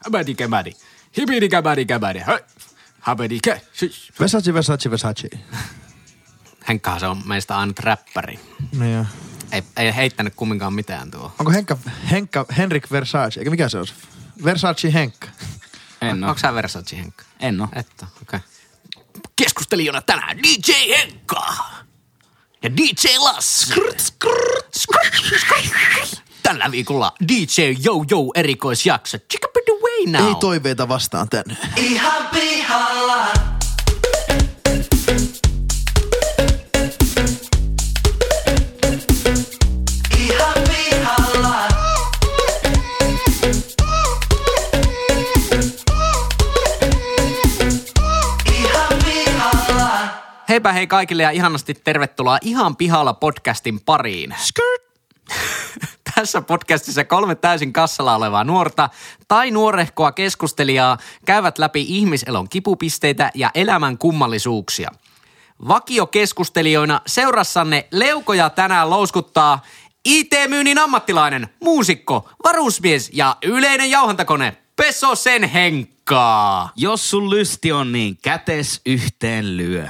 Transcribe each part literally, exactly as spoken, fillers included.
Abadikäbadi. Hibidikäbadikäbadi. Habadike. Versace, Versace, Versace. Henkkahan se on meistä ainut räppäri. No joo. Ei, ei heittänyt kumminkaan mitään tuo. Onko Henkka, Henkka, Henrik Versace? Eikä mikä se on? Versace Henkka. En oo. Onko sä Versace Henkka? En oo. Että, okei. Okay. Keskustelijana tänään D J Henkka ja D J Lass. Tällä viikolla D J Yo Yo erikoisjakso. Check up the way now. Ei toiveita vastaan tänne. Ihan pihalla. Ihan pihalla. Ihan pihalla. Heipä hei kaikille ja ihanasti tervetuloa Ihan pihalla podcastin pariin. Skirt. Tässä podcastissa kolme täysin kassalla olevaa nuorta tai nuorehkoa keskustelijaa käyvät läpi ihmiselon kipupisteitä ja elämän kummallisuuksia. Vakiokeskustelijoina seurassanne leukoja tänään louskuttaa I T-myynnin ammattilainen, muusikko, varusmies ja yleinen jauhantakone Pesosen Henkkaa. Jos sun lysti on, niin kätes yhteen lyö.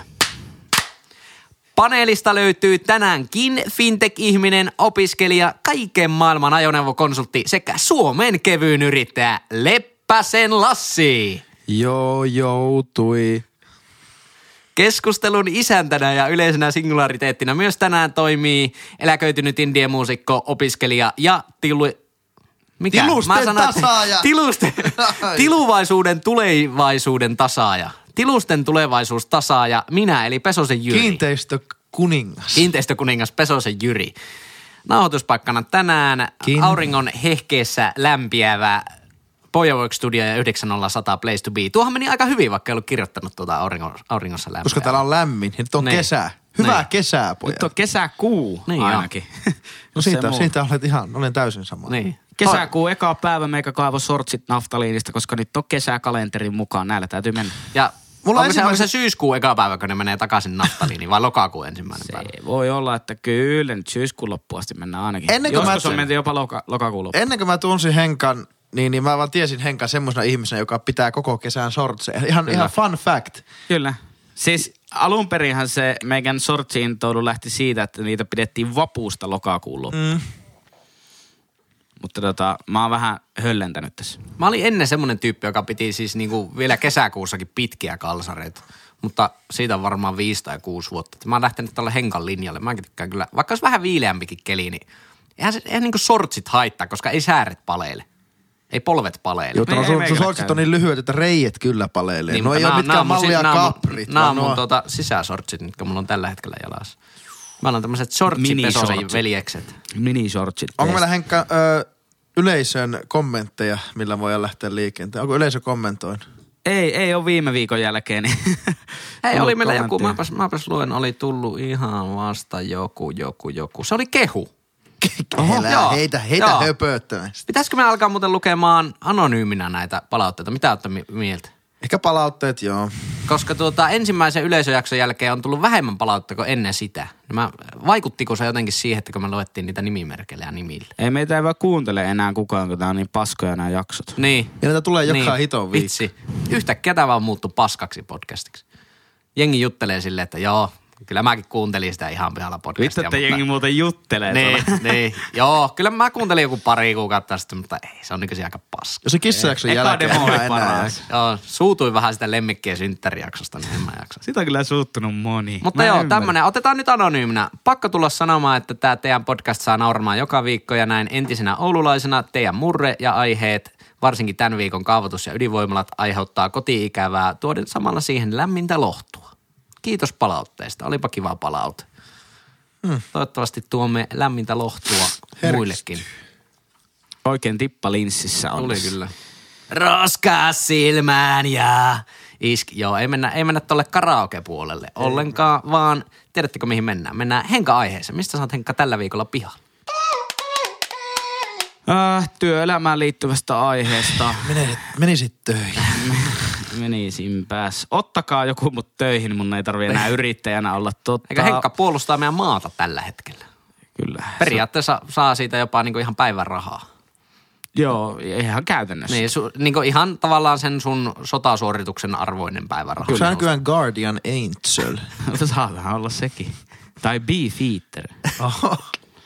Paneelista löytyy tänäänkin fintech-ihminen, opiskelija, kaiken maailman ajoneuvokonsultti sekä Suomen kevyyn yrittäjä Leppäsen Lassi. Joo, joutui. Keskustelun isäntänä ja yleisenä singulariteettina myös tänään toimii eläköitynyt indie-muusikko, opiskelija ja tilu... Mikä? Tilusten sanoin, tasaaja. Tilusten, tiluvaisuuden tulevaisuuden tasaaja. Tilusten tulevaisuus tasaaja, minä eli Pesosen Jyri. Kiinteistökuningas. Kiinteistökuningas Pesosen Jyri. Nauhoituspaikkana tänään Kin. auringon hehkeessä lämpiävä Pojawork Studio ja yhdeksän nolla sata Place to Be. Tuohan meni aika hyvin, vaikka ei ollut kirjoittanut tuota auringon, auringossa lämpiävää. Koska täällä on lämmin ja nyt on Niin. kesä. Hyvää Niin. kesää, pojat. Nyt on kesäkuu Niin ainakin. No Se siitä, muu. siitä olet ihan, olen täysin sama. Niin. Kesäkuu eka päivä meikä kaivo sortsit naftaliinista, koska nyt on kesäkalenterin mukaan. Näillä täytyy mennä. Ja Mulla onko, se, onko se ensimmäisen- syyskuun eka päivä, kun ne menee takaisin naftaliiniin vai lokakuun ensimmäinen päivä? Se voi olla, että kyllä nyt syyskuun loppuun asti mennään ainakin. Ennen kuin Joskus mä- on menty jopa loka, lokakuun loppuun. Ennen kuin mä tunsin Henkan, niin, niin mä vaan tiesin Henkan semmoisena ihmisenä, joka pitää koko kesän sortseja. Ihan, ihan fun fact. Kyllä. Siis alun perinhän se meidän sortsi-intoudu lähti siitä, että niitä pidettiin vapuusta lokakuun loppuun. Mm. Mutta tota, mä oon vähän höllentänyt tässä. Mä olin ennen semmoinen tyyppi, joka piti siis niinku vielä kesäkuussakin pitkiä kalsareita. Mutta siitä on varmaan viisi tai kuusi vuotta. Mä oon lähtenyt tälle Henkan linjalle. Mäkin tykkään kyllä, vaikka olisi vähän viileämpikin keli, niin eihän, se, eihän niinku sortsit haittaa, koska ei sääret paleile. Ei polvet paleile. Joo, Ei- no, ei sun, sun meikäläkään. sortsit on niin lyhyet, että reijet kyllä paleilee. Niin, no mutta ei ole nää- mitkään nää on mun mallia si- nää on mun- kaprit. Nää on vaan mun nuo- tuota sisäsortsit, mitkä mulla on tällä hetkellä jalassa. Mä on tämmöiset sortsipesosen Minisortsit. veljekset. Mini-shortsit. Onko meillä Henkka ö, yleisön kommentteja, millä voidaan lähteä liikenteen? Onko yleisö kommentoinut? Ei, ei ole viime viikon jälkeen. Niin Hei, tullut oli meillä joku, kommentteja. mäpäs, mäpäs luen, oli tullut ihan vasta joku, joku, joku. Se oli kehu. Oho, joo. heitä, heitä Joo. höpöttämästä. Pitäisikö me alkaa muuten lukemaan anonyyminä näitä palautteita? Mitä olette mi- mieltä? Ehkä palautteet, joo. Koska tuota, ensimmäisen yleisöjakson jälkeen on tullut vähemmän palautteita kuin ennen sitä. Mä, vaikuttiko se jotenkin siihen, että kun me luettiin niitä nimimerkejä ja nimillä? ei meitä ei vaan kuuntele enää kukaan, kun tää on niin paskoja nämä jaksot. Niin. Ja näitä tulee joka niin. hiton viikko. Vitsi. Yhtäkkiä tämä vaan muuttui paskaksi podcastiksi. Jengi juttelee silleen, että joo, kyllä mäkin kuuntelin sitä ihan pihalla podcastia. Vittu, että mutta- jengi muuten juttelee. Niin, niin. Joo, kyllä mä kuuntelin joku pari kuukautta sitten, mutta ei, se on nykyisin aika paska. Jos se kissajakson Eka jälkeen demo oli enää enää. paras. Joo, suutuin vähän sitä lemmikkien synttärijaksosta, niin en mä jaksa. Sitä on kyllä suuttunut moni. Mutta Mä en joo, ymmärrä. tämmönen, otetaan nyt anonyyminä. Pakko tulla sanomaan, että tämä teidän podcast saa nauramaan joka viikko ja näin entisenä oululaisena teidän murre ja aiheet, varsinkin tämän viikon kaavoitus- ja ydinvoimalat aiheuttaa koti-ikävää, tuoden samalla siihen lämmintä lohtua. Kiitos palautteesta, olipa kiva palaute. Hmm. Toivottavasti tuomme lämmintä lohtua Herkistyy. muillekin. Oikein tippa linssissä on. Tuli kyllä. Roskaa silmään ja iski. Joo, ei mennä, ei mennä tolle karaoke-puolelle ollenkaan, vaan tiedättekö mihin mennään? Mennään Henka-aiheeseen. Mistä sä oot Henkka tällä viikolla pihalla? Äh, työelämään liittyvästä aiheesta. Menisit, menisit töihin. Menisin pääs. Ottakaa joku mut töihin, mun ei tarvi enää yrittäjänä olla totta. Eikä Henkka puolustaa meidän maata tällä hetkellä. Kyllä. Periaatteessa saa siitä jopa niinku ihan päivän rahaa. Joo, ihan käytännössä. Niin, su, niin ihan tavallaan sen sun sotasuorituksen arvoinen päiväraha. Onko se nykyään Guardian Angel? Saatahan olla sekin. Tai Beefeater. Oho.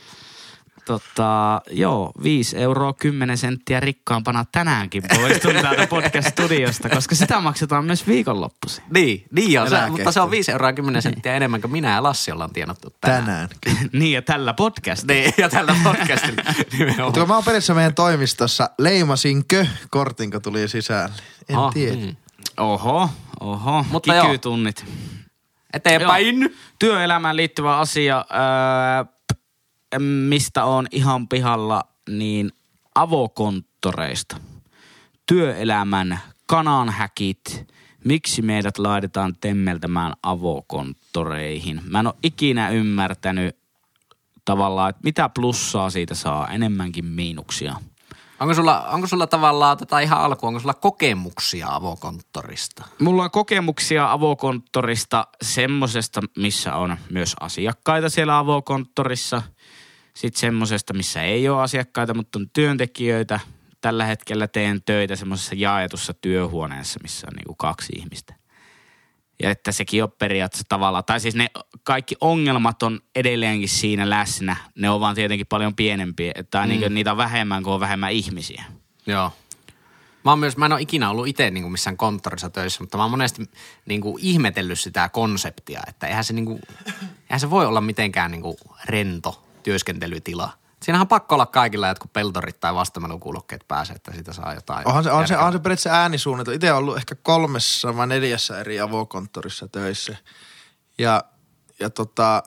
Tota, joo, viisi euroa kymmenen senttiä rikkaampana tänäänkin poistun täältä podcast-studiosta, koska sitä maksetaan myös viikonloppuisin. Niin, niin on se, Älä mutta se on kehtaa. viisi euroa kymmenen senttiä enemmän kuin minä ja Lassi ollaan tienattu tänään. Tänään. Niin, ja tällä podcastilla. Niin, ja tällä podcastilla nimenomaan. Mutta kun mä oon periaatteessa meidän toimistossa, leimasinkö kortin, kun tuli sisälle? En Ah, tiedä. mm. Oho, oho, Mutta joo. kikytunnit. Eteenpäin. Joo. Työelämään liittyvä asia, öö, mistä on ihan pihalla, niin avokonttoreista. Työelämän kananhäkit. Miksi meidät laitetaan temmeltämään avokonttoreihin? Mä en ole ikinä ymmärtänyt tavallaan, että mitä plussaa siitä saa, enemmänkin miinuksia. Onko sulla, onko sulla tavallaan tätä ihan alkuun, onko sulla kokemuksia avokonttorista? Mulla on kokemuksia avokonttorista semmosesta, missä on myös asiakkaita siellä avokonttorissa. Sitten semmosesta, missä ei ole asiakkaita, mutta on työntekijöitä. Tällä hetkellä teen töitä semmoisessa jaetussa työhuoneessa, missä on niinku kaksi ihmistä. Ja että sekin on periaatteessa tavallaan, tai siis ne kaikki ongelmat on edelleenkin siinä läsnä. Ne on vaan tietenkin paljon pienempiä, että mm. niinku, niitä on vähemmän, kun on vähemmän ihmisiä. Joo. Mä, oon myös, mä en ole ikinä ollut itse niin missään konttorissa töissä, mutta mä oon monesti niin kuin ihmetellyt sitä konseptia, että eihän se, niin kuin, eihän se voi olla mitenkään niin kuin rento työskentelytila. Siinähän on pakko olla kaikilla jotkut peltorit tai vastamelukuulokkeet pääsee, että siitä saa jotain. Onhan se, on se, järkevää. on se periaatteessa äänisuunnitelma. Itse olen ollut ehkä kolmessa vai neljässä eri avokonttorissa töissä. Ja, ja tota,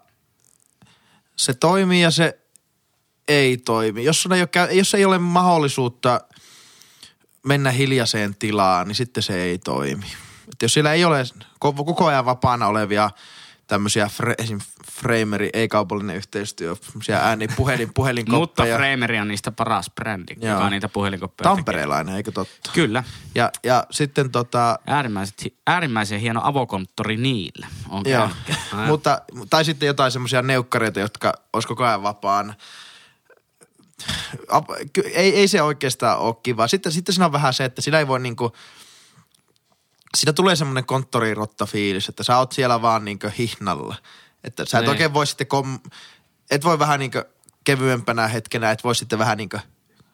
se toimii ja se ei toimi. Jos, sun ei ole, jos ei ole mahdollisuutta mennä hiljaiseen tilaan, niin sitten se ei toimi. Et jos siellä ei ole koko ajan vapaana olevia tämmöisiä fre, esim. Frameri, ei-kaupallinen yhteistyö, semmoisia ääni, puhelin, Mutta puhelinkoppeja. Frameri on niistä paras brändi, Joo. joka niitä puhelinkoppeja tekee. Tampereelainen, eikö totta? Kyllä. Ja, ja sitten tota, Äärimmäisen, äärimmäisen hieno avokonttori niillä. On joo, käynyt. mutta, tai sitten jotain semmoisia neukkareita, jotka olisi koko ajan vapaana. Ei, ei se oikeastaan ole kiva. Sitten, sitten siinä on vähän se, että siinä ei voi niinku, siinä tulee semmoinen konttorirotta fiilis, että sä oot siellä vaan niinku hihnalla. Että sä et Niin. oikein voi sitten, kom, et voi vähän niinku kevyempänä hetkenä, et voi sitten vähän niinku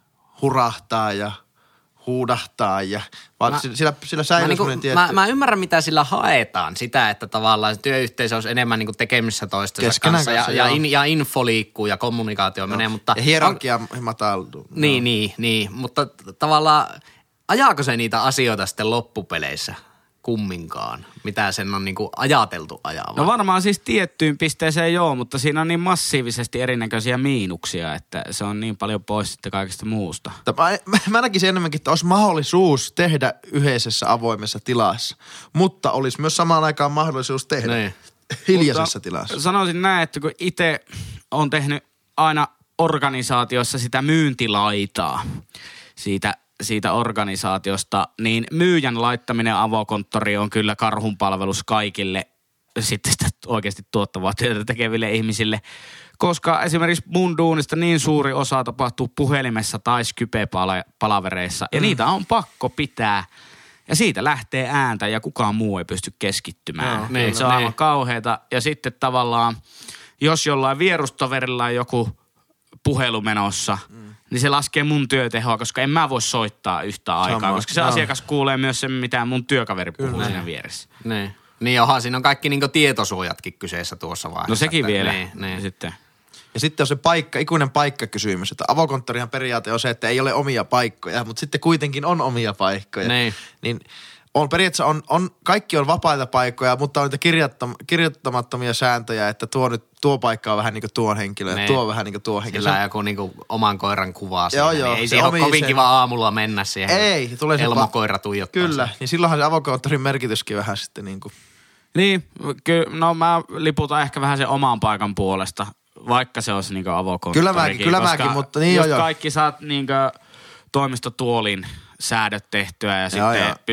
hurahtaa ja huudahtaa ja vaan Mä- sillä, sillä, sillä Mä, säilyy niinku, semmoinen tietty. mä, mä ymmärrän, mitä sillä haetaan. Sitä, että tavallaan se työyhteisö olisi enemmän niinku tekemissä toistensa Keskenään kanssa, kanssa, ja, ja, joo. in, ja info liikkuu ja kommunikaatio menee. Mutta ja hierarkia mataltuu. Niin, niin, niin. Mutta t- tavallaan ajaako se niitä asioita sitten loppupeleissä kumminkaan? Mitä sen on niinku ajateltu ajaa? No varmaan siis tiettyyn pisteeseen joo, mutta siinä on niin massiivisesti erinäköisiä miinuksia, että se on niin paljon pois sitten kaikesta muusta. Mä, mä, mä näkisin enemmänkin, että olisi mahdollisuus tehdä yhdessä avoimessa tilassa, mutta olisi myös samaan aikaan mahdollisuus tehdä Niin. hiljaisessa Mutta tilassa. Sanoisin näin, että kun itse on tehnyt aina organisaatiossa sitä myyntilaitaa siitä, siitä organisaatiosta, niin myyjän laittaminen avokonttori on kyllä karhunpalvelus kaikille sitten sitä oikeasti tuottavaa työtä tekeville ihmisille. Koska esimerkiksi mun duunista niin suuri osa tapahtuu puhelimessa tai Skype-palavereissa ja mm. niitä on pakko pitää. Ja siitä lähtee ääntä ja kukaan muu ei pysty keskittymään. Joo, niin, se on niin. aivan kauheata. Ja sitten tavallaan, jos jollain vierustoverilla on joku puhelu menossa, mm. niin se laskee mun työtehoa, koska en mä voi soittaa yhtä aikaa. Sama. Koska se Joo. asiakas kuulee myös sen, mitä mun työkaveri puhuu Kyllä. siinä vieressä. Niin. Niin johan, siinä on kaikki niinku tietosuojatkin kyseessä tuossa vaiheessa. No sekin että- vielä. Niin, niin. Sitten. Ja sitten on se paikka, ikuinen paikkakysymys, että avokonttorihan periaate on se, että ei ole omia paikkoja, mutta sitten kuitenkin on omia paikkoja. Niin. Niin on periaatteessa on, on, kaikki on vapaita paikkoja, mutta on niitä kirjoittam, kirjoittamattomia sääntöjä, että tuo nyt, tuo paikka on vähän niin kuin tuon henkilö, Niin. tuo on vähän niin kuin tuo henkilö. Sillä on joku niinku oman koiran kuvaa siinä. Joo, niin joo, ei se siihen ole omi kovin sen- kiva aamulla mennä siihen. Ei, tulee se Elmokoira tuijottaa. Kyllä, sen. niin silloinhan se avokonttorin merkityskin vähän sitten niin kuin. Niin, ky- no mä liputan ehkä vähän sen oman paikan puolesta, vaikka se olisi niinku avokonttorikin. Kyllä mäkin, kyllä koska mäkin, mutta niin jos joo, joo. kaikki saat niinku toimistotuolin säädöt tehtyä ja Joo, sitten joo. pystyt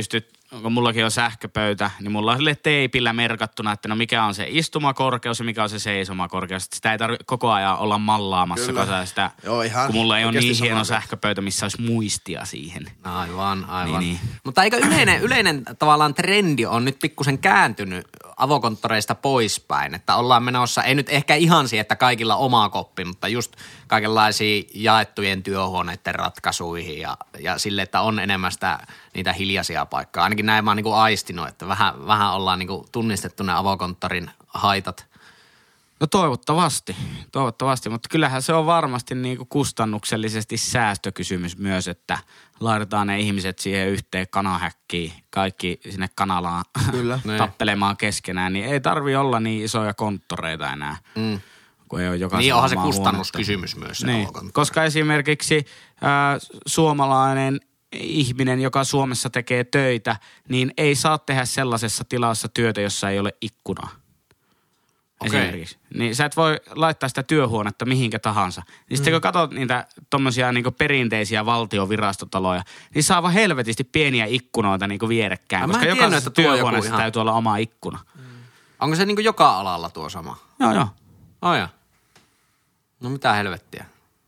kun mullakin on sähköpöytä, niin mulla on sille teipillä merkattuna, että no mikä on se istumakorkeus ja mikä on se seisomakorkeus. Sitä ei tarvitse koko ajan olla mallaamassa, kun, sitä, Joo, ihan kun mulla ei ole niin hieno samaa. sähköpöytä, missä olisi muistia siihen. Aivan, aivan. Niin, niin. Mutta eikö yleinen, yleinen tavallaan trendi on nyt pikkusen kääntynyt avokonttoreista poispäin, että ollaan menossa, ei nyt ehkä ihan siihen, että kaikilla oma koppi, mutta just kaikenlaisiin jaettujen työhuoneiden ratkaisuihin ja, ja sille, että on enemmän sitä, niitä hiljaisia paikkaa. Ainakin näin mä oon niin kuin aistinut, että vähän, vähän ollaan niin kuin tunnistettu ne avokonttorin haitat. No toivottavasti, toivottavasti, mutta kyllähän se on varmasti niin kuin kustannuksellisesti säästökysymys myös, että laitetaan ne ihmiset siihen yhteen kanahäkkiin, kaikki sinne kanalaan Kyllä. tappelemaan keskenään, niin ei tarvi olla niin isoja konttoreita enää, Mm. kun ei ole jokaisella Niin onhan se omaa kustannuskysymys huonetta. myös se Niin, avokonttori. koska esimerkiksi äh, suomalainen ihminen, joka Suomessa tekee töitä, niin ei saa tehdä sellaisessa tilassa työtä, jossa ei ole ikkunaa. Okei. Esimerkiksi. Niin sä et voi laittaa sitä työhuonetta mihinkä tahansa. Niin sitten mm. kun katsot niitä tommosia niinku perinteisiä valtiovirastotaloja, niin saa vaan helvetisti pieniä ikkunoita niinku vierekkäin. Ja mä koska en tiennyt, jokaisessa että tuo on joku työhuoneessa ihan- täytyy olla oma ikkuna. Onko se niin kuin joka alalla tuo sama? Joo, joo. Oh ja. No mitä helvettiä.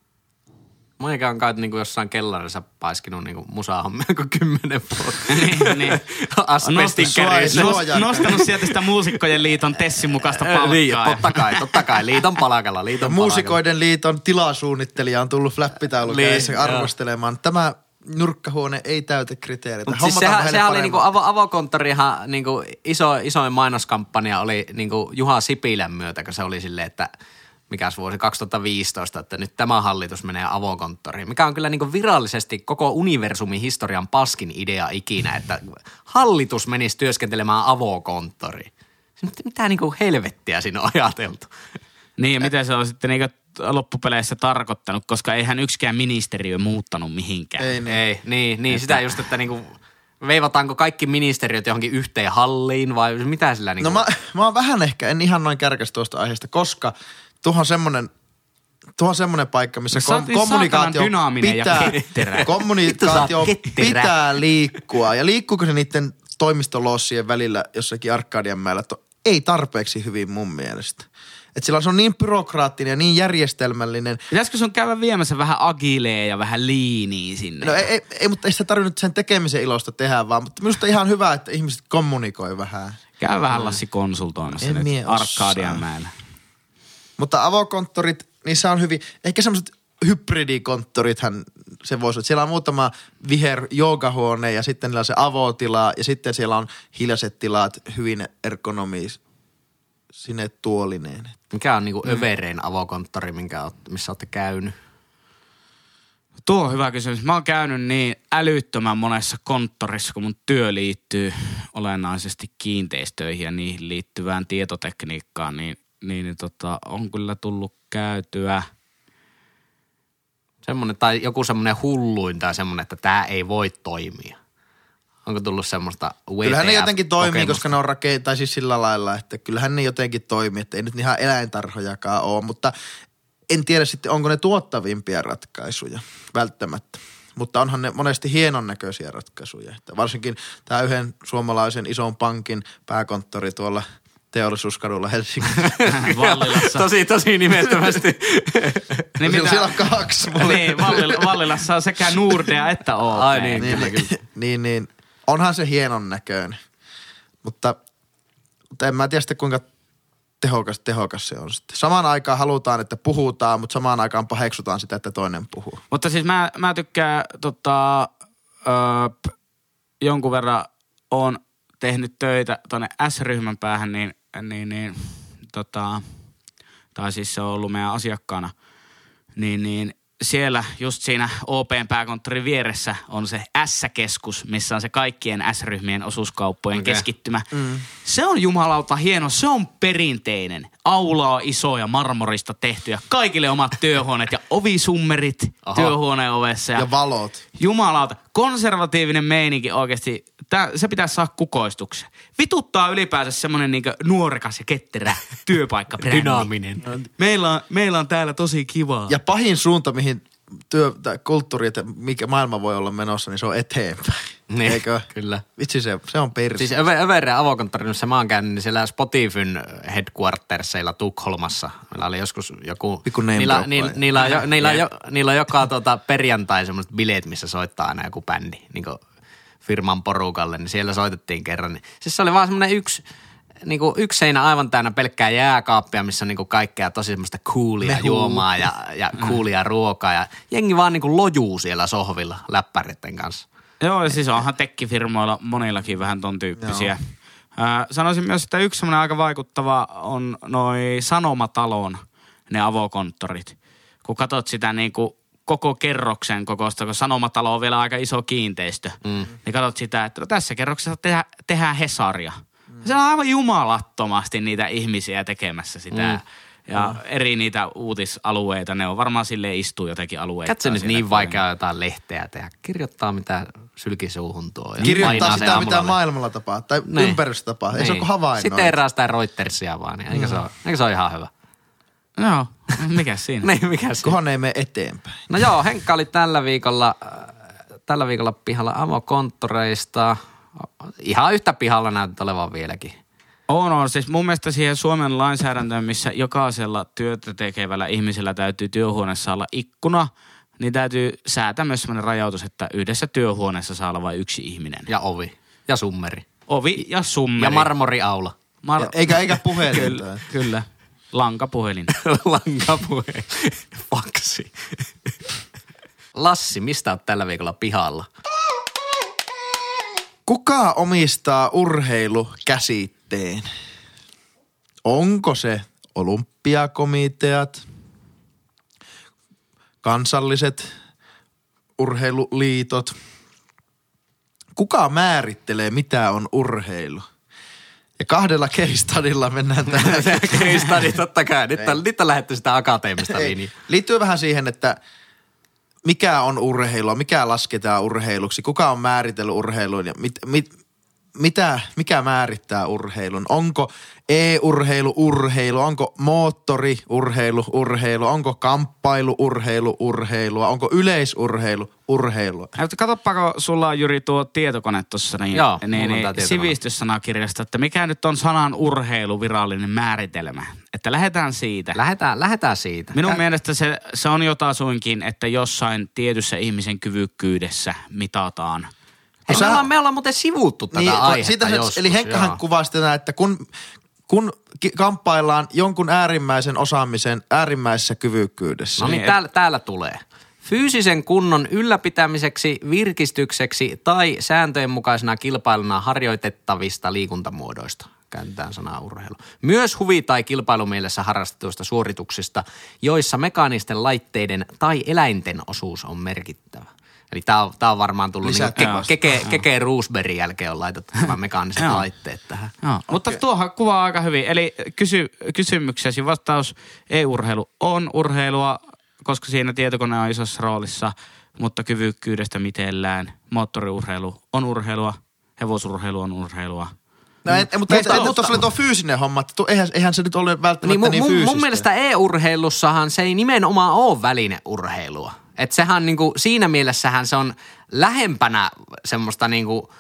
Monikä on kai niin kuin jossain kellarissa paiskinut niin kuin musahommia kuin kymmenen vuotta. niin, niin. Asbestin Nostus- kärjessä. suojaa- Nost, nostanut sieltä sitä Muusikkojen liiton Tessin mukaista palkkaa. Niin, ja- totta kai, totta kai. Liiton palkalla, liiton palkalla. Muusikoiden liiton tilasuunnittelija on tullut flappitaulun Niin, kädessä joo. arvostelemaan. Tämä nurkkahuone ei täytä kriteereitä. Mutta siis Hommataan sehän, heille sehän oli paremmin. niinku avo, avokonttorihan niinku iso, isoin mainoskampanja oli niinku Juha Sipilän myötä, kun se oli silleen, että mikäs vuosi kaksituhattaviisitoista, että nyt tämä hallitus menee avokonttoriin, mikä on kyllä niinku virallisesti koko universumin historian paskin idea ikinä, että hallitus menisi työskentelemään avokonttoriin. Mitä, mitä niinku helvettiä siinä on ajateltu? Niin, ja miten se on sitten niinku loppupeleissä tarkoittanut, koska eihän yksikään ministeriö muuttanut mihinkään. Ei niin. Ei, niin, niin sitä just, että niinku veivataanko kaikki ministeriöt johonkin yhteen halliin vai mitä sillä niinku? No mä, mä oon vähän ehkä, en ihan noin kärkäs tuosta aiheesta, koska tuohon semmonen, tuohon semmonen paikka, missä No sä oot kom- niin kommunikaatio saatanan dynaaminen ja pitää, ketterä. kommunikaatio Vittu sä oot ketterä. pitää liikkua. Ja liikkuuko se niiden toimistolossien välillä jossakin Arkadianmäellä? To- Ei tarpeeksi hyvin mun mielestä. Että sillä on, se on niin byrokraattinen ja niin järjestelmällinen. Pitäisikö sun käydä viemässä vähän agileja ja vähän liiniä sinne? No ei, ei, ei, mutta ei sitä tarvinnut sen tekemisen ilosta tehdä vaan. Mutta minusta ihan hyvä, että ihmiset kommunikoi vähän. Käy vähän Lassi konsultoimassa En nyt mie osaa. Arkadianmäellä. Mutta avokonttorit, niissä on hyvin, ehkä semmoiset hybridikonttorithan se voisi olla. Siellä on muutama viher joogahuone ja sitten niillä on se avotila ja sitten siellä on hiljaiset tilat hyvin ergonomis sinne tuolineen. Mikä on niinku överein avokonttori, minkä oot, missä olette käynyt? Tuo on hyvä kysymys. Mä oon käynyt niin älyttömän monessa konttorissa, kun mun työ liittyy olennaisesti kiinteistöihin ja niihin liittyvään tietotekniikkaan, niin, niin, niin tota, on kyllä tullut käytyä. Semmoinen, tai joku semmoinen hulluin tai semmoinen, että tämä ei voi toimia. Onko tullut semmoista W T F Kyllähän ne jotenkin toimii, kokemusta? koska ne on rake- tai siis sillä lailla, että kyllähän ne jotenkin toimii, että ei nyt ihan eläintarhojakaan ole, mutta en tiedä sitten, onko ne tuottavimpia ratkaisuja välttämättä. Mutta onhan ne monesti hienon näköisiä ratkaisuja. Että varsinkin tämä yhden suomalaisen ison pankin pääkonttori tuolla Teollisuuskadulla Helsingissä. Vallilassa. tosi, tosi nimettömästi. Niin, Siellä, mitä- siellä on kaksi. mulle. niin Vallil- Vallilassa on sekä Nordea että O P. Ai niin. niin, Kyllä, niin, niin, niin, onhan se hienon näköinen. Mutta, mutta en mä tiedä sitten kuinka tehokas, tehokas se on sitten. Samaan aikaan halutaan, että puhutaan, mutta samaan aikaan paheksutaan sitä, että toinen puhuu. Mutta siis mä, mä tykkään tota, ö, p, jonkun verran on tehnyt töitä tonne S-ryhmän päähän, niin, niin, niin tota, tai siis se on ollut meidän asiakkaana, niin, niin siellä just siinä O P:n pääkonttorin vieressä on se S-keskus, missä on se kaikkien S-ryhmien osuuskauppojen Okei. keskittymä. Mm. Se on jumalauta hieno, se on perinteinen. Aula on iso ja marmorista tehty ja kaikille omat työhuoneet ja ovisummerit Aha. työhuoneen ovessa. Ja, Ja valot. jumalauta, konservatiivinen meininki oikeasti, tää, se pitäisi saada kukoistukseen. Vituttaa ylipäänsä semmonen niinku nuorekas ja ketterä työpaikka. Dynaaminen. Meillä on, meillä on täällä tosi kivaa. Ja pahin suunta, mihin työ, tai kulttuuri, että mikä maailma voi olla menossa, niin se on eteenpäin. Niin, Eikö? kyllä. Vitsi se, se on persi. Siis Över- Övereen avokonttori, missä mä oon käynyt, niin siellä Spotifyn headquartersseilla Tukholmassa. Meillä oli joskus joku... Pikku name niillä, drop vai? niillä, niillä, on jo, niillä, on jo, niillä on joka tuota, perjantai semmoiset bileet, missä soittaa aina joku bändi, niin kuin firman porukalle, niin siellä soitettiin kerran. Niin, siis se oli vaan semmoinen yksi... Niin kuin yksi seinä aivan täynnä pelkkää jääkaappia, missä on niin kuin kaikkea tosi semmoista coolia Mehu. juomaa ja, ja coolia ruokaa. Ja jengi vaan niin kuin lojuu siellä sohvilla läppäritten kanssa. Joo, ja siis onhan tekkifirmoilla monillakin vähän ton tyyppisiä. Ää, sanoisin myös, että yksi semmoinen aika vaikuttava on noi Sanomatalon ne avokonttorit. Kun katsot sitä niin kuin koko kerroksen kokoista, kun Sanomatalo on vielä aika iso kiinteistö, mm. niin katsot sitä, että no tässä kerroksessa tehdään, tehdään Hesaria. Mm. Se on aivan jumalattomasti niitä ihmisiä tekemässä sitä. Mm. Ja mm. eri niitä uutisalueita, ne on varmaan silleen istuu jotenkin alueita. Katso nyt niin vaikeaa jotain lehteä tehdä. Kirjoittaa mitä sylkisuuhun tuo. Ja Kirjoittaa painaa sitä, sen mitä aamulla. maailmalla tapahtuu, tai Niin. ympäristössä tapahtuu. Ei se ole Niin. kuin havainnointi. Sitten erää sitä Reutersia vaan, niin eikö, mm. se ole, eikö se ole ihan hyvä? Joo, mikäs siinä? Niin, mikä se? Kunhan ei mene eteenpäin. No joo, Henkka oli tällä viikolla, äh, tällä viikolla pihalla avokonttoreista. Ihan yhtä pihalla näytät olevan vieläkin. On, on. Siis mun mielestä siihen Suomen lainsäädäntöön, missä jokaisella työtä tekevällä ihmisellä täytyy työhuoneessa olla ikkuna, niin täytyy säätää myös sellainen rajoitus, että yhdessä työhuoneessa saa olla vain yksi ihminen. Ja ovi. Ja summeri. Ovi ja summeri. Ja marmoriaula. Mar- Ja, eikä, eikä puhelinta. Kyllä, kyllä. Lankapuhelin. Lankapuhe. Faksi. Lassi, mistä oot tällä viikolla pihalla? Kuka omistaa urheilukäsitteen? Onko se olympiakomiteat, kansalliset urheiluliitot? Kuka määrittelee, mitä on urheilu? Ja kahdella case studilla mennään tähän. Case study, totta kai. Nyt on, nyt on lähdetty sitä akateemista linjaa. Liittyy vähän siihen, että mikä on urheilua, mikä lasketaan urheiluksi, kuka on määritellyt urheilun ja mit, mit, mitä, mikä määrittää urheilun. Onko e-urheilu urheilu, onko moottoriurheilu urheilu, onko kamppailu urheilu urheilua, onko yleisurheilu urheilua. Katsoppa, kun sulla on Jyri tuo tietokone tuossa, niin, Joo, niin, mulla on tää niin tietokone. sivistyssanakirjasta, että mikä nyt on sanan urheilu virallinen määritelmä. Että lähdetään siitä. Lähdetään, lähdetään siitä. Minun Kä- mielestä se, se on jotaisuinkin, että jossain tietyssä ihmisen kyvykkyydessä mitataan. Hei, No me, sä- ollaan, me ollaan muuten sivuttu tätä Niin, aihetta siitä se, joskus. eli Henkkahan joo. kuvasi tätä, että kun, kun ki- kamppaillaan jonkun äärimmäisen osaamisen äärimmäisessä kyvykkyydessä. No niin, Niin, täällä, täällä tulee. Fyysisen kunnon ylläpitämiseksi, virkistykseksi tai sääntöjen mukaisena kilpailuna harjoitettavista liikuntamuodoista. Käytetään sanaa urheilu. Myös huvi- tai kilpailumielessä harrastetuista suorituksista, joissa mekaanisten laitteiden tai eläinten osuus on merkittävä. Eli tää on, tää on varmaan tullut niin Lisätty ke, vasta. keke, keke Roosbergin jälkeen on laitettu nämä mekaaniset Joo. laitteet tähän. Joo, okay. Mutta tuohan kuvaa aika hyvin. Eli kysy, kysymyksesi vastaus, e-urheilu on urheilua, koska siinä tietokone on isossa roolissa, mutta kyvykkyydestä mitellään. Moottoriurheilu on urheilua, hevosurheilu on urheilua. No, et, mutta Mutta- mutta, tuossa oli tuo fyysinen homma, että tu, eihän, eihän se nyt ole välttämättä Niin, niin, mun, niin mun, fyysistä. mun mielestä e-urheilussahan se ei nimenomaan ole välineurheilua. Että sehän niinku, siinä mielessähän se on lähempänä semmoista niinku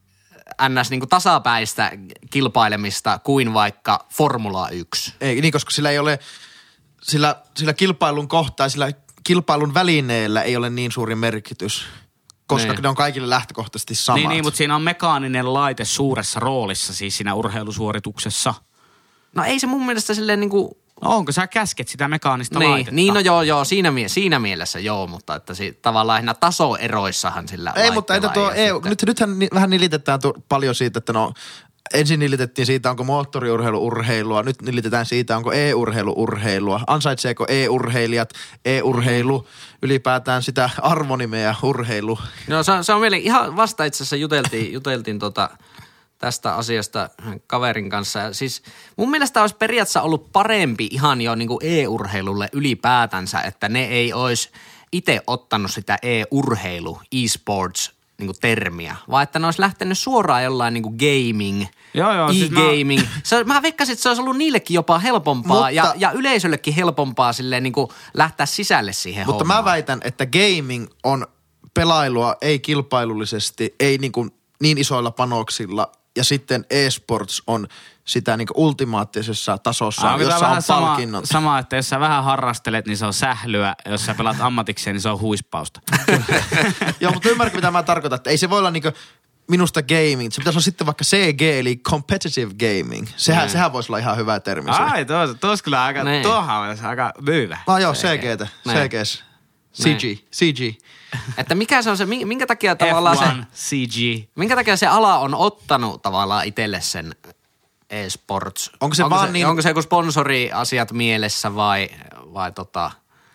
ns. Niinku tasapäistä kilpailemista kuin vaikka Formula yksi. Ei, niin, koska sillä ei ole, sillä, sillä kilpailun kohtaa, sillä kilpailun välineellä ei ole niin suuri merkitys, koska Niin. ne on kaikille lähtökohtaisesti samat. Niin, niin, mutta siinä on mekaaninen laite suuressa roolissa siis siinä urheilusuorituksessa. No ei se mun mielestä silleen niinku... No onko sä käsket sitä mekaanista Niin, laitetta? niin no joo, joo, siinä, mie- siinä mielessä joo, mutta että si, tavallaan siinä tasoeroissahan sillä Ei, mutta entä tuo laitteella E U, ole sitten- nyt, nythän ni, vähän nilitetään tu, paljon siitä, että no ensin nilitettiin siitä, onko moottoriurheilu urheilua, nyt nilitetään siitä, onko e-urheilu urheilua. Ansaitseeko e-urheilijat, e-urheilu, ylipäätään sitä arvonimeä urheilu. No se, on- se on mielen, ihan vasta itse asiassa juteltiin, juteltiin tota, tästä asiasta kaverin kanssa. Ja siis mun mielestä olisi periaatteessa ollut parempi ihan jo niin kuin e-urheilulle ylipäätänsä, että ne ei olisi itse ottanut sitä e-urheilu, e-sports niin kuin termiä, vaan että ne olisi lähtenyt suoraan jollain niin kuin gaming, Joo, joo, siis mä- e-gaming. Se, mä veikkasin, että se olisi ollut niillekin jopa helpompaa Mutta- ja, ja yleisöllekin helpompaa silleen niin kuin lähteä sisälle siihen Mutta hommaan. mä väitän, että gaming on pelailua, ei kilpailullisesti, ei niin, kuin niin isoilla panoksilla. Ja sitten e-sports on sitä niin kuin ultimaattisessa tasossa, Onko jossa vähän on sama, palkinnot. sama, että jos sä vähän harrastelet, niin se on sählyä. Jos sä pelaat ammatikseen, niin se on huispausta. Joo, mutta ymmärrätkö mitä mä tarkoitan, että ei se voi olla niin kuin minusta gaming. Se pitäisi olla sitten vaikka C G, eli competitive gaming. Sehän, Mm. sehän voisi olla ihan hyvä termi. se. Ai, tuossa tuos kyllä aika, Niin. tuohan olisi aika myyvä. No joo, C G:tä. Niin. C Gs. C G. C G. Että mikä se on se, minkä takia tavallaan F se, yksi C G. minkä takia se ala on ottanut tavallaan itselle sen e-sports? Onko se onko vaan se, niin- Onko se joku sponsoriasiat mielessä vai, vai tota,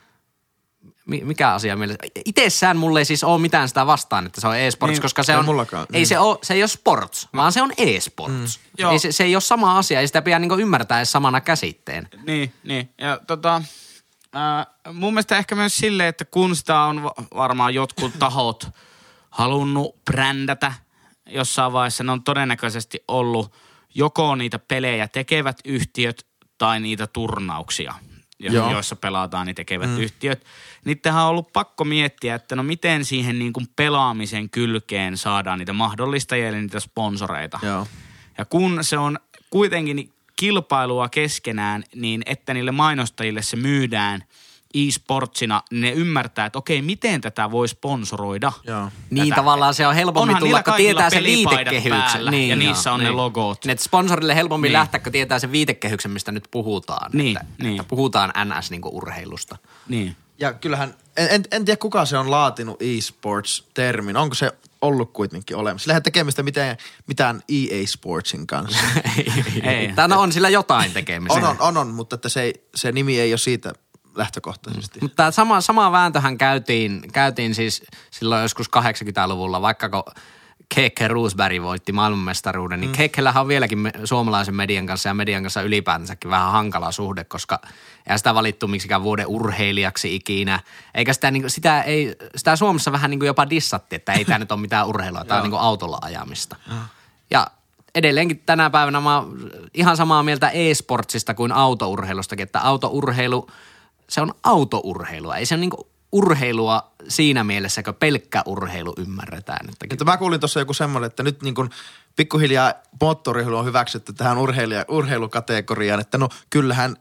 mi- mikä asia mielessä? Itsessään mulle ei siis ole mitään sitä vastaan, että se on e-sports, Niin, koska se ei on, mullakaan, ei niin. se ole, se ei ole sports, vaan se on e-sports. Mm. Joo. Ei se, se ei ole sama asia, ei sitä pidä niinku ymmärtää edes samana käsitteen. Niin, niin. Ja tota, ää, mun mielestä ehkä myös silleen, että kun sitä on va- varmaan jotkut tahot halunnut brändätä jossain vaiheessa, ne on todennäköisesti ollut joko niitä pelejä tekevät yhtiöt tai niitä turnauksia, jo- Joo. joissa pelataan, niin tekevät mm. yhtiöt. Niittenhän on ollut pakko miettiä, että no miten siihen niin kuin pelaamisen kylkeen saadaan niitä mahdollistajia eli niitä sponsoreita. Joo. Ja kun se on kuitenkin kilpailua keskenään, niin että niille mainostajille se myydään e-sportsina, niin ne ymmärtää, että okei, miten tätä voi sponsoroida. Joo. Niin Tätä. tavallaan se on helpommin Onhan tulla, niillä kun kaikilla tietää sen pelipaidat viitekehyksen. päällä, Niin, ja joo, niissä on ne niin. logot. Niin, että sponsorille helpommin Niin. lähteä, kun tietää sen viitekehyksen, mistä nyt puhutaan. Niin, että, niin. että puhutaan N S niinku urheilusta. Niin. Ja kyllähän, en, en, en tiedä kuka se on laatinut e-sports-termin. Onko se ollut kuitenkin olemassa? Sillä ei ole tekemistä mitään, mitään E A Sportsin kanssa. Ei. Tämä on sillä jotain tekemistä. on, on, on, on, mutta että se, ei, se nimi ei ole siitä lähtökohtaisesti. Mutta tämä sama, sama vääntöhän käytiin, käytiin siis silloin joskus kahdeksankymmentäluvulla, vaikka kun Keke Roosberg voitti maailmanmestaruuden, niin mm. Kekellähän on vieläkin me, suomalaisen median kanssa ja median kanssa ylipäätänsäkin vähän hankala suhde, koska ei sitä valittu miksikään vuoden urheilijaksi ikinä. Eikä sitä, niin, sitä, ei, sitä Suomessa vähän niin kuin jopa dissatti, että ei tämä nyt ole mitään urheilua, tämä on niin kuin autolla ajamista. Ja edelleenkin tänä päivänä mä oon ihan samaa mieltä e-sportsista kuin autourheilustakin, että autourheilu, se on autourheilua, ei se ole niin kuin urheilua siinä mielessä, kun pelkkä urheilu ymmärretään. Että Että mä kuulin tuossa joku semmoinen, että nyt niin kuin pikkuhiljaa moottoriurheilu on hyväksytty tähän urheilija, urheilukategoriaan, että no kyllähän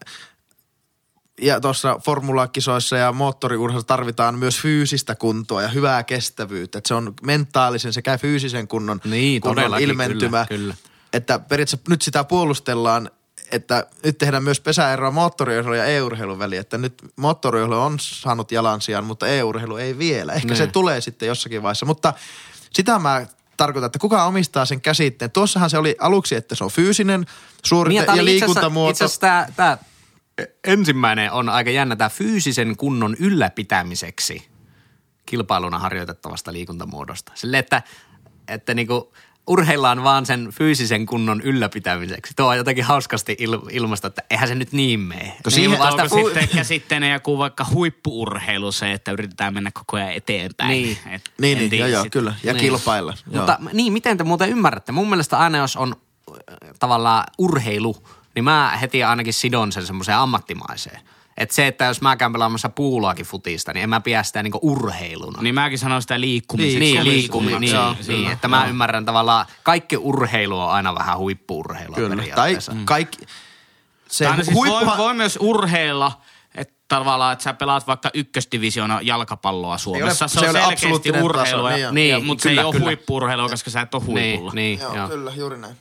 ja tuossa formulakisoissa ja moottoriurheilussa tarvitaan myös fyysistä kuntoa ja hyvää kestävyyttä. Että se on mentaalisen sekä fyysisen kunnon, Niin, kunnon todellakin, ilmentymä. kyllä, kyllä. Että periaatteessa nyt sitä puolustellaan, että nyt tehdään myös pesäeroa moottoriurheilu ja e-urheilun väliin. Että nyt moottoriurheilu on saanut jalansijan, mutta e-urheilu ei vielä. Ehkä Niin. se tulee sitten jossakin vaiheessa. Mutta sitä mä tarkoitan, että kuka omistaa sen käsitteen. Tuossahan se oli aluksi, että se on fyysinen suorite Niin, tää ja oli itse asiassa- liikuntamuoto. Itse asiassa tämä, tämä ensimmäinen on aika jännä, tämä fyysisen kunnon ylläpitämiseksi kilpailuna harjoitettavasta liikuntamuodosta. Silleen, että, että niinku urheillaan vaan sen fyysisen kunnon ylläpitämiseksi. Tuo on jotenkin hauskasti il, ilmasta, että eihän se nyt niin mene. Niin, Siihen mutta vasta onko fu- sitten käsitteenä joku vaikka huippu-urheilu se, että yritetään mennä koko ajan eteenpäin. Niin. Et Niin, en niin tiedä joo, joo, sit. kyllä. Ja Niin. kilpailla. Mutta niin, miten te muuten ymmärrätte? Mun mielestä aina jos on äh, tavallaan urheilu, niin mä heti ainakin sidon sen semmoiseen ammattimaiseen. Että se, että jos mä käyn pelaamassa puuloakin futista, niin en mä pidä sitä niinku urheiluna. Niin mäkin sanon sitä liikkumiseksi. Niin, Liikkumis- liikkuminen, niin, Joo, niin, kyllä. että mä ymmärrän tavallaan, kaikki urheilu on aina vähän huippu-urheilua Kyllä. Tai periaatteessa. kaikki. Se Tai siis voi, huippuhan, voi myös urheilla, että tavallaan, että sä pelaat vaikka ykkösdivisioona jalkapalloa Suomessa. ole- Se, se ei on ole selkeästi absoluuttinen taso, urheilua, niin ja, joo. Niin, ja, mutta kyllä, se ei ole kyllä. huippu-urheilua, koska sä et ole huipulla. Niin, niin, joo, joo. kyllä, juuri näin.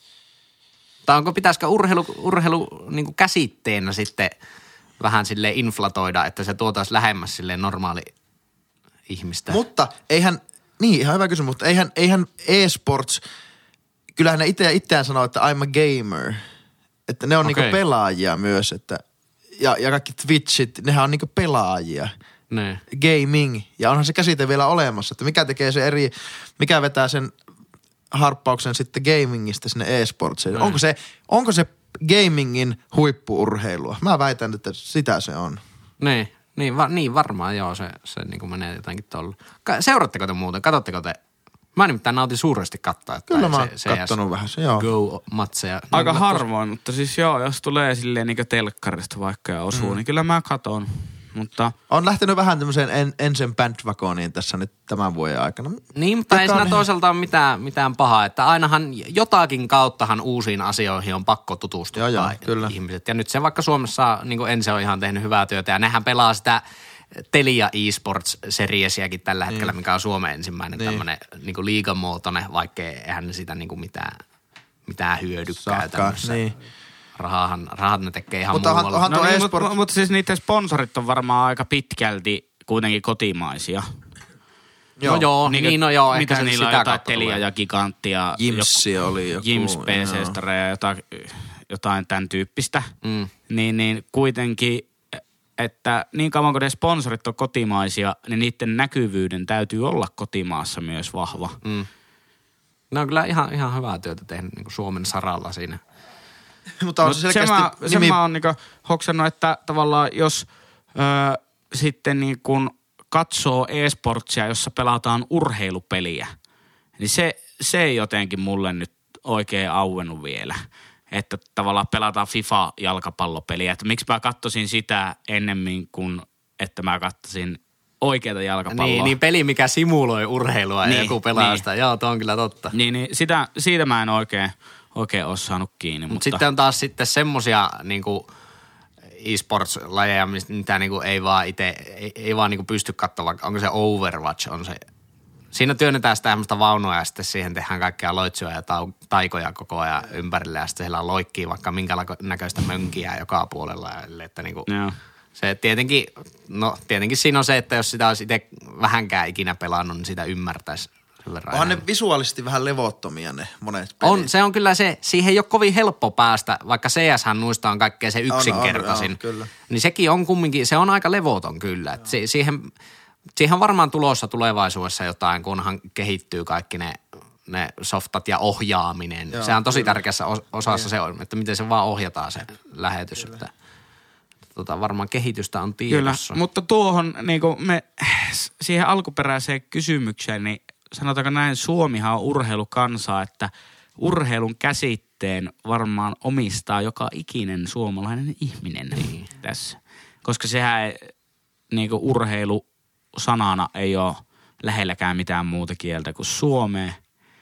Tai onko, pitäisikö urheilu, urheilu niin kuin käsitteenä sitten vähän sille inflatoida, että se tuotaisi lähemmäs sille normaali ihmistä? Mutta eihän, niin ihan hyvä kysymys, mutta eihän, eihän e-sports, kyllähän ne itse itseään sanoo, että I'm a gamer. Että ne on Okei. niinku pelaajia myös, että ja, ja kaikki Twitchit, nehän on niinku pelaajia. Niin. Gaming. Ja onhan se käsite vielä olemassa, että mikä tekee se eri, mikä vetää sen harppauksen sitten gamingista sinne e-sportsiin. Onko se, onko se gamingin huippu-urheilua? Mä väitän, että sitä se on. Niin, niin, va, niin varmaan joo, se, se niin kuin menee jotenkin tuolla. Seuraatteko te muuten, katsotteko te? Mä nimittäin nautin suuresti katsoa. Että Kyllä mä oon se- se- kattonut vähän se, joo. Go-matseja. Aika Niin, harvoin, mutta siis joo, jos tulee silleen niin telkkarista vaikka ja osuu, mm. niin kyllä mä katon. mutta... On lähtenyt vähän tämmöiseen en, ensin bandwagoniin tässä nyt tämän vuoden aikana. Niin, mutta ei siinä Jokainen- toisaalta ole mitään, mitään pahaa, että ainahan jotakin kauttahan uusiin asioihin on pakko tutustua Joo, joo, tai kyllä. ihmiset. Ja nyt se vaikka Suomessa niin Ense on ihan tehnyt hyvää työtä ja nehän pelaa sitä Telia eSports-seriesiäkin tällä hetkellä, mikä on Suomen ensimmäinen Niin. tämmöinen niin liigamuotoinen, vaikkei eihän sitä niin mitään, mitään hyödy Saakkaan, käytännössä. niin. Rahahan, rahat ne tekee ihan Mutta onhan- muualla. onhan- No tuo niin, e-sport- mutta, mutta siis niiden sponsorit on varmaan aika pitkälti kuitenkin kotimaisia. No joo, Niinkö- niin no joo, ehkä mitä se niillä on sitä jotain kautta Telia tulee. ja Gigantti ja Jimssi oli joku. Jims P C joo. Stare ja jotain, jotain tämän tyyppistä. Mm. Niin, niin kuitenkin, että niin kauan kuin ne sponsorit on kotimaisia, niin niiden näkyvyyden täytyy olla kotimaassa myös vahva. Mm. Ne on kyllä ihan, ihan hyvää työtä tehnyt niin kuin Suomen saralla siinä. Mutta on Mut se se selkeästi mä, se nimi... mä oon niinku hoksannut, että tavallaan jos ö, sitten niin kun katsoo e-sportsia, jossa pelataan urheilupeliä, niin se, se ei jotenkin mulle nyt oikein auennut vielä. Että tavallaan pelataan FIFA-jalkapallopeliä. Että miksi mä katsoisin sitä ennemmin kuin, että mä katsoisin oikeata jalkapalloa. Niin, niin peli, mikä simuloi urheilua Niin, ja joku pelaa niin. sitä. Joo, tuo on kyllä totta. Niin, niin sitä, siitä mä en oikein, oikein ole saanut kiinni. Mutta Mutta sitten on taas sitten semmosia niinku e-sports-lajeja, mistä mitä niinku ei vaan itse, ei, ei vaan niinku pysty katsoa, vaikka onko se Overwatch, on se. Siinä työnnetään sitä tämmöistä vaunua ja sitten siihen tehdään kaikkea loitsuja ja tau, taikoja koko ajan ympärille ja sitten siellä loikkii vaikka minkä näköistä mönkiä joka puolella. Että niinku, joo. se tietenkin, no tietenkin siinä on se, että jos sitä olisi itse vähänkään ikinä pelannut, niin sitä ymmärtäisi sen verran. Onhan ne enemmän. visuaalisesti vähän levottomia ne monet pelit. On, se on kyllä se, siihen ei ole kovin helppo päästä, vaikka C S-hän nuista on kaikkea se on, yksinkertaisin. joo, kyllä. Niin sekin on kumminkin, se on aika levoton kyllä. Et se, siihen, siihen on varmaan tulossa tulevaisuudessa jotain, kunhan kehittyy kaikki ne, ne softat ja ohjaaminen. Joo, se on tosi kyllä. tärkeässä os- osassa se on, että miten se vaan ohjataan se lähetys. Että, tota, varmaan kehitystä on Kyllä, tiedossa. mutta tuohon niinku me, siihen alkuperäiseen kysymykseen, niin sanotaanko näin, Suomihan on urheilukansa, että urheilun käsitteen varmaan omistaa joka ikinen suomalainen ihminen niin. tässä. Koska sehän ei, niinku urheilu sanana ei ole lähelläkään mitään muuta kieltä kuin suomea.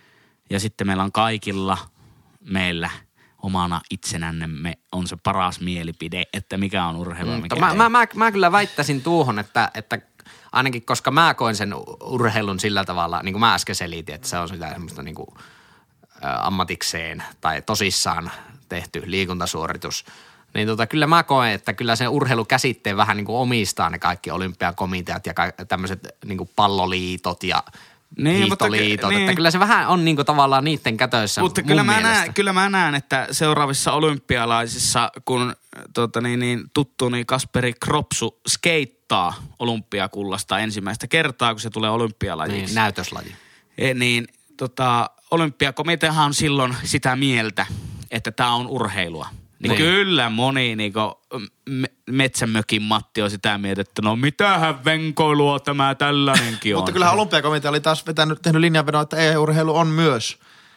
Ja sitten meillä on kaikilla meillä omana itsenämme on se paras mielipide, että mikä on urheilua, Mm, mikä mä, ei. mä, mä, mä kyllä väittäisin tuohon, että, että ainakin koska mä koen sen urheilun sillä tavalla, niin kuin mä äsken selitin, että se on sitä semmoista niin kuin, ä, ammatikseen tai tosissaan tehty liikuntasuoritus, niin tota, kyllä mä koen, että kyllä sen urheilukäsitteen vähän niin kuin omistaa ne kaikki olympiakomiteat ja ka- tämmöiset niin kuin palloliitot ja Niin, mutta ky- hiihtoliitot, niin. että kyllä se vähän on niin kuin tavallaan niiden kätöissä Mutta mun kyllä mä, mielestä. näen, kyllä mä näen, että seuraavissa olympialaisissa, kun tota, niin, niin, tuttuni Kasperi Kropsu skeittaa olympiakullasta ensimmäistä kertaa, kun se tulee olympialajiksi. Niin, näytöslaji. E, niin tota, olympiakomiteahan on silloin sitä mieltä, että tämä on urheilua. Niin, Niin. kyllä moni niinku, me- Metsämökin Matti on sitä mieltä, että no mitähän venkoilua tämä tällainenkin on. Mutta kyllähän olympiakomitea oli taas vetänyt, tehnyt linjanvedon, että e-urheilu on myös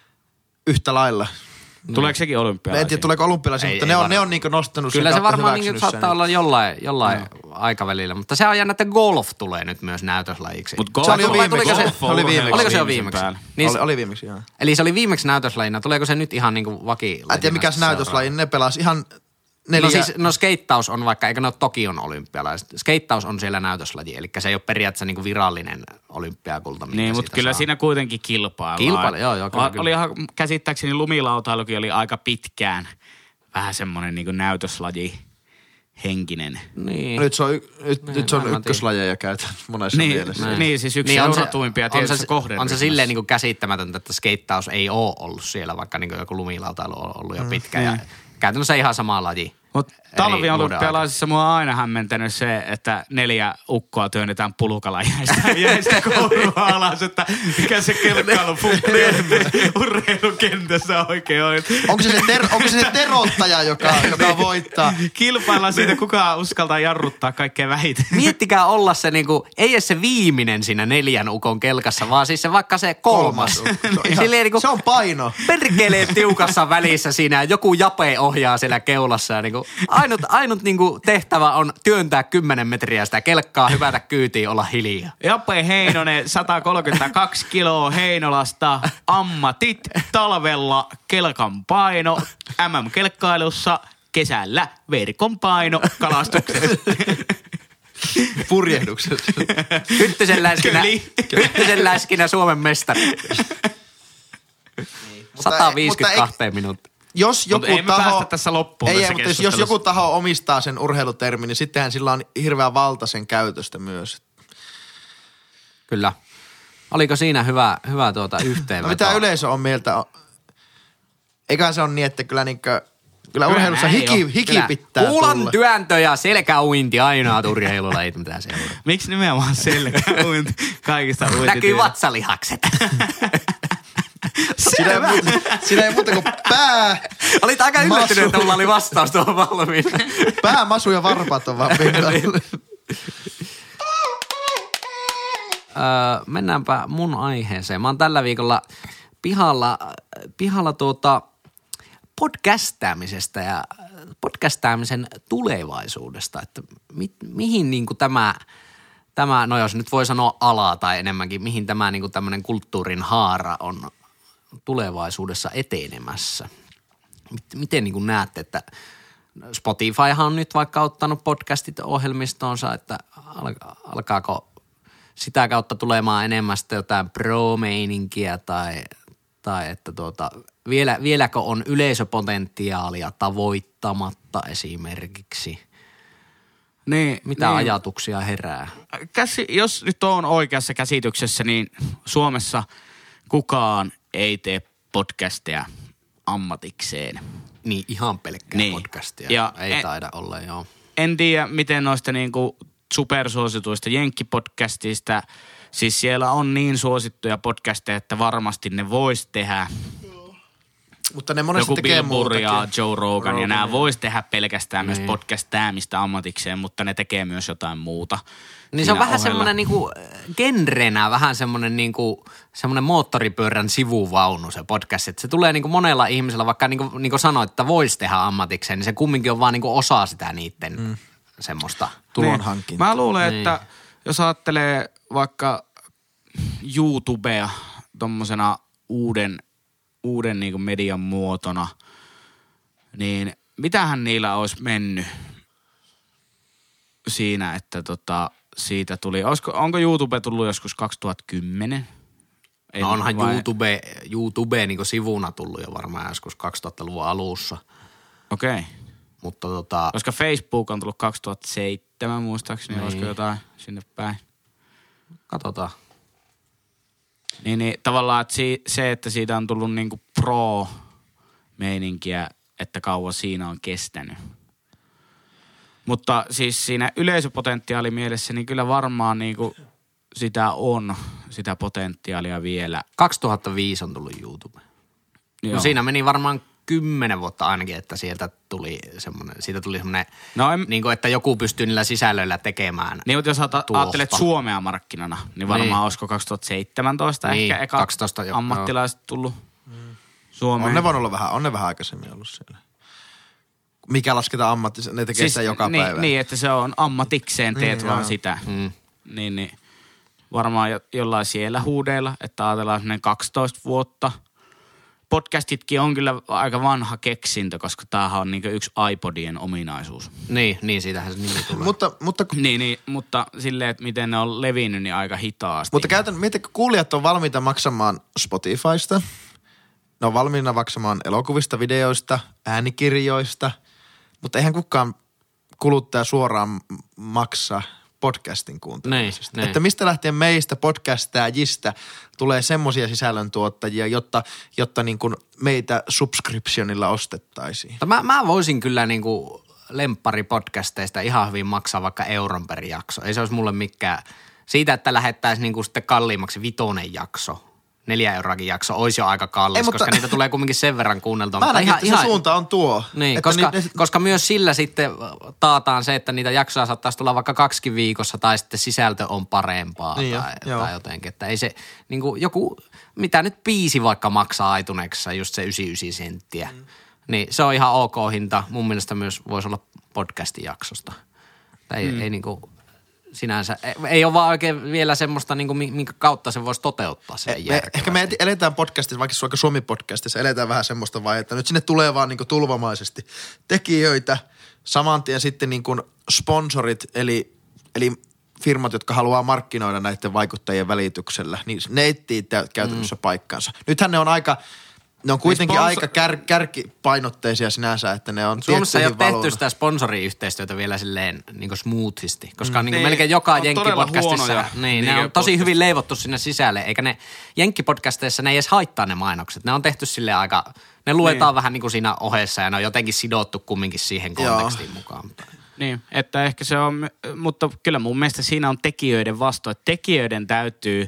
yhtä lailla. Tuleeko sekin Mä olympialaisiin? en tiedä, tuleeko olympialaisia, Ei- mutta ei ne on, varmaan. ne on niinku nostanut Kyllä sen se kautta varmaan niin hyväksynyt saattaa sen. olla jollain, jollain aikavälillä, mutta se on jännä, että golf tulee nyt myös näytöslajiksi. Mut Se oli jo Vai viimeksi. tuliko se- Se oli viimeksi. Oliko se jo viimeisen viimeksi? päällä. Niin, Oli, oli viimeksi, joo. Eli se oli viimeksi näytöslajina. Tuleeko se nyt ihan niin kuin vakilajina? Mä en tiedä, mikä se näytöslaji, ne pelasi ihan neljä. No siis, no skeittaus on vaikka, eikö ne ole Tokion olympialaiset? Skeittaus on siellä näytöslaji, eli se ei ole periaatteessa niin kuin virallinen olympiakulta. mikä Niin, mutta siitä kyllä saa. siinä kuitenkin kilpaillaan. Kilpaile- joo, joo, kyllä, Oli kyllä. ihan, käsittääkseni lumilautailukin oli aika pitkään vähän semmoinen niin näytöslaji henkinen. Niin. Nyt se on, y- nyt, Niin, nyt se on mä en ykköslajeja käytännössä monessa Niin, mielessä. niin. niin, siis yksi Niin on se- seuratuimpia on tietyssä se, kohderyhmässä. on se silleen niin kuin käsittämätöntä, että skeittaus ei ole ollut siellä, vaikka niin kuin joku lumilautailu on ollut jo pitkään. Ja käytännössä ihan sama laji. Mutta eri talviolympialaisissa mua on aina hämmentänyt se, että neljä ukkoa työnnetään pulukalla jäistä, jäistä kourua alas, että mikä se kelkkailupunkti urheilukentässä oikein on. Onko se se, ter, onko se, se terottaja, joka, joka voittaa? Kilpaillaan siitä, kuka uskaltaa jarruttaa kaikkein vähiten. Miettikää olla se niinku, ei edes se viimeinen siinä neljän ukon kelkassa, vaan siis se vaikka se kolmas. Se on, ihan, Silleen niinku se on paino. perkelee tiukassa välissä siinä ja joku jape ohjaa siellä keulassa ja niinku kun ainut, ainut niinku tehtävä on työntää kymmenen metriä sitä kelkkaa, hypätä kyytiin, olla hiljaa. Jope Heinonen, sata kolmekymmentäkaksi kiloa Heinolasta, ammatit, talvella kelkan paino, M M-kelkkailussa, kesällä verkon paino, kalastuksessa. Purjehduksessa. Hyttysen läskinä, Hyttysen läskinä Suomen mestari. sata viisikymmentäkaksi minuuttia. Jos joku ei me taho, päästä tässä loppuun ei, tässä mutta jos keskustelussa. joku taho omistaa sen urheilutermin, niin sittenhän sillä on hirveä valta sen käytöstä myös. Kyllä. Oliko siinä hyvä, hyvä tuota No yhteenveto? mitä yleisö on mieltä? Eiköhän se on niin, että kyllä, niinkö, kyllä Kyllä urheilussa näin hiki, on. hiki Kyllä. pitää Kuulan tulla. työntö ja selkäuinti ainoat urheilulajit, mitä seuraa. Miksi nimenomaan selkä uinti kaikista uintityötä? Näkyy vatsalihakset. Siinä ei, muuta, siinä ei muuta kuin pää, Olit aika yllättynyt, Masu. että mulla oli vastaus tuohon valmiina. pää, masu ja varpaat on vaan pinnalla. Öö, mennäänpä mun aiheeseen. Mä oon tällä viikolla pihalla, pihalla tuota podcastaamisesta ja podcastaamisen tulevaisuudesta, että mi, mihin niinku tämä, tämä, no jos nyt voi sanoa ala tai enemmänkin, mihin tämä niinku tämmöinen kulttuurin haara on tulevaisuudessa etenemässä. Miten niinku näette, että Spotifyhan on nyt vaikka ottanut podcastit ohjelmistoonsa, että alkaako sitä kautta tulemaan enemmän sitten jotain pro-meininkiä tai, tai että tuota, vielä, vieläkö on yleisöpotentiaalia tavoittamatta esimerkiksi? Niin, Mitä niin. ajatuksia herää? Käsi, jos nyt on oikeassa käsityksessä, niin Suomessa kukaan ei tee podcasteja ammatikseen. Niin ihan pelkkää Niin. podcastia. Ja Ei en- taida olla, joo. En tiedä, miten noista niinku supersuosituista jenkkipodcastista, siis siellä on niin suosittuja podcasteja, että varmasti ne vois tehdä. Mutta ne monesti Joku tekee Bill Burr ja muutakin. Joe Rogan, Rogan, ja nämä joo. vois tehdä pelkästään myös Niin. podcastaamista ammatikseen, mutta ne tekee myös jotain muuta. Niin se on siinä vähän ohella. semmoinen niinku genrenä, vähän semmoinen niinku, semmoinen moottoripyörän sivuvaunu se podcast. Että se tulee niinku monella ihmisellä, vaikka niinku, niinku sanoit, että voisi tehdä ammatikseen, niin se kumminkin on vaan niinku osa sitä niiden mm. semmoista. Tulonhankinta. Mä luulen, Niin. että jos ajattelee vaikka YouTubea tommosena uuden, uuden niinku median muotona, niin mitähän niillä olisi mennyt siinä, että tota, siitä tuli, olisiko, onko YouTube tullut joskus kaksituhattakymmenen? En- No onhan vai- YouTube, YouTube niinku sivuna tullut jo varmaan joskus kaksituhattaluvun alussa, Okei. Okay. mutta tota, Koska Facebook on tullut kaksituhattaseitsemän muistaakseni, Niin. olisiko jotain sinne päin. katsotaan. Niin, niin tavallaan että si, se, että siitä on tullut niinku pro-meininkiä, että kauan siinä on kestänyt. Mutta siis siinä yleisöpotentiaali mielessä, niin kyllä varmaan niinku sitä on, sitä potentiaalia vielä. kaksituhattaviisi on tullut YouTube. Joo. No siinä meni varmaan kymmenen vuotta ainakin, että sieltä tuli semmoinen, siitä tuli semmoinen, No en, niin kuin, että joku pystyy niillä sisällöillä tekemään. niin, mutta jos aata- tulosta. ajattelet Suomea markkinana, niin varmaan Niin. olisiko kaksituhattaseitsemäntoista Niin, ehkä eka kaksitoista jo, ammattilaiset tullut Suomeen. On ne voinut olla vähän, on ne vähän aikaisemmin ollut siellä. Mikä lasketaan ammattis, ne tekee sitä joka niin, päivä. Niin, että se on ammatikseen, teet Niin, vaan joo. sitä. Mm. Niin, niin varmaan jo, jollain siellä huudeilla, että ajatellaan semmoinen kaksitoista vuotta. Podcastitkin on kyllä aika vanha keksintö, koska tämähän on niin yksi iPodien ominaisuus. Niin, niin siitähän se nimi tulee. Mutta, mutta, Niin, niin, mutta silleen, että miten ne on levinnyt, niin aika hitaasti. mutta käytän, mietin, kun kuulijat on valmiita maksamaan Spotifysta, ne on valmiina maksamaan elokuvista, videoista, äänikirjoista, mutta eihän kukaan kuluttaja suoraan m- maksaa podcastin kuuntelemisesta. Niin, Että niin. mistä lähtien meistä podcastajista tulee semmoisia sisällöntuottajia, jotta, jotta niin kuin meitä subscriptionilla ostettaisiin. Mutta mä, mä voisin kyllä niinku lempparipodcasteista ihan hyvin maksaa vaikka euron per jakso. Ei se olisi mulle mikään. Siitä, että lähettäisiin niinku sitten kalliimmaksi vitonen jakso, neljä euroakin jakso, olisi jo aika kallis, Ei, mutta- koska niitä tulee kumminkin sen verran kuunneltua. Mä Mutta näen, että se suunta on tuo. Niin, että koska, ni- ne- koska myös sillä sitten taataan se, että niitä jaksoja saattaisi tulla vaikka kaksikin viikossa tai sitten sisältö on parempaa Niin jo, tai, joo. tai jotenkin. Että ei se niin kuin joku, mitä nyt biisi vaikka maksaa iTunesissa, just se yhdeksänkymmentäyhdeksän senttiä. Mm. Niin se on ihan ok hinta. Mun mielestä myös voisi olla podcastin jaksosta. Tai ei, mm. ei niinku sinänsä, ei, ei ole vaan oikein vielä semmoista, niinku, minkä kautta se voisi toteuttaa se me, Ehkä me eletään podcastissa, vaikka se on aika Suomi-podcastissa, eletään vähän semmoista vaihetta. Nyt sinne tulee vaan niinku tulvamaisesti tekijöitä, saman tien sitten niinku sponsorit, eli, eli firmat, jotka haluaa markkinoida näiden vaikuttajien välityksellä, niin ne etsii käytännössä mm. paikkansa. Nythän ne on aika... Ne on kuitenkin sponsor... aika kär, kärkipainotteisia sinänsä, että ne on Suomessa ei ole tehty valuna. Sitä sponsoriyhteistyötä vielä silleen niin kuin smoothisti, koska mm. niin kuin ne melkein joka on jenkkipodcastissa, niin, ne on tosi hyvin leivottu sinne sisälle, eikä ne jenkkipodcasteissa ne ei edes haittaa ne mainokset. Ne on tehty silleen aika, ne luetaan niin. vähän niin kuin siinä ohessa ja ne on jotenkin sidottu kumminkin siihen kontekstiin Joo. mukaan. Niin, että ehkä se on, mutta kyllä mun mielestä siinä on tekijöiden vastu, että tekijöiden täytyy...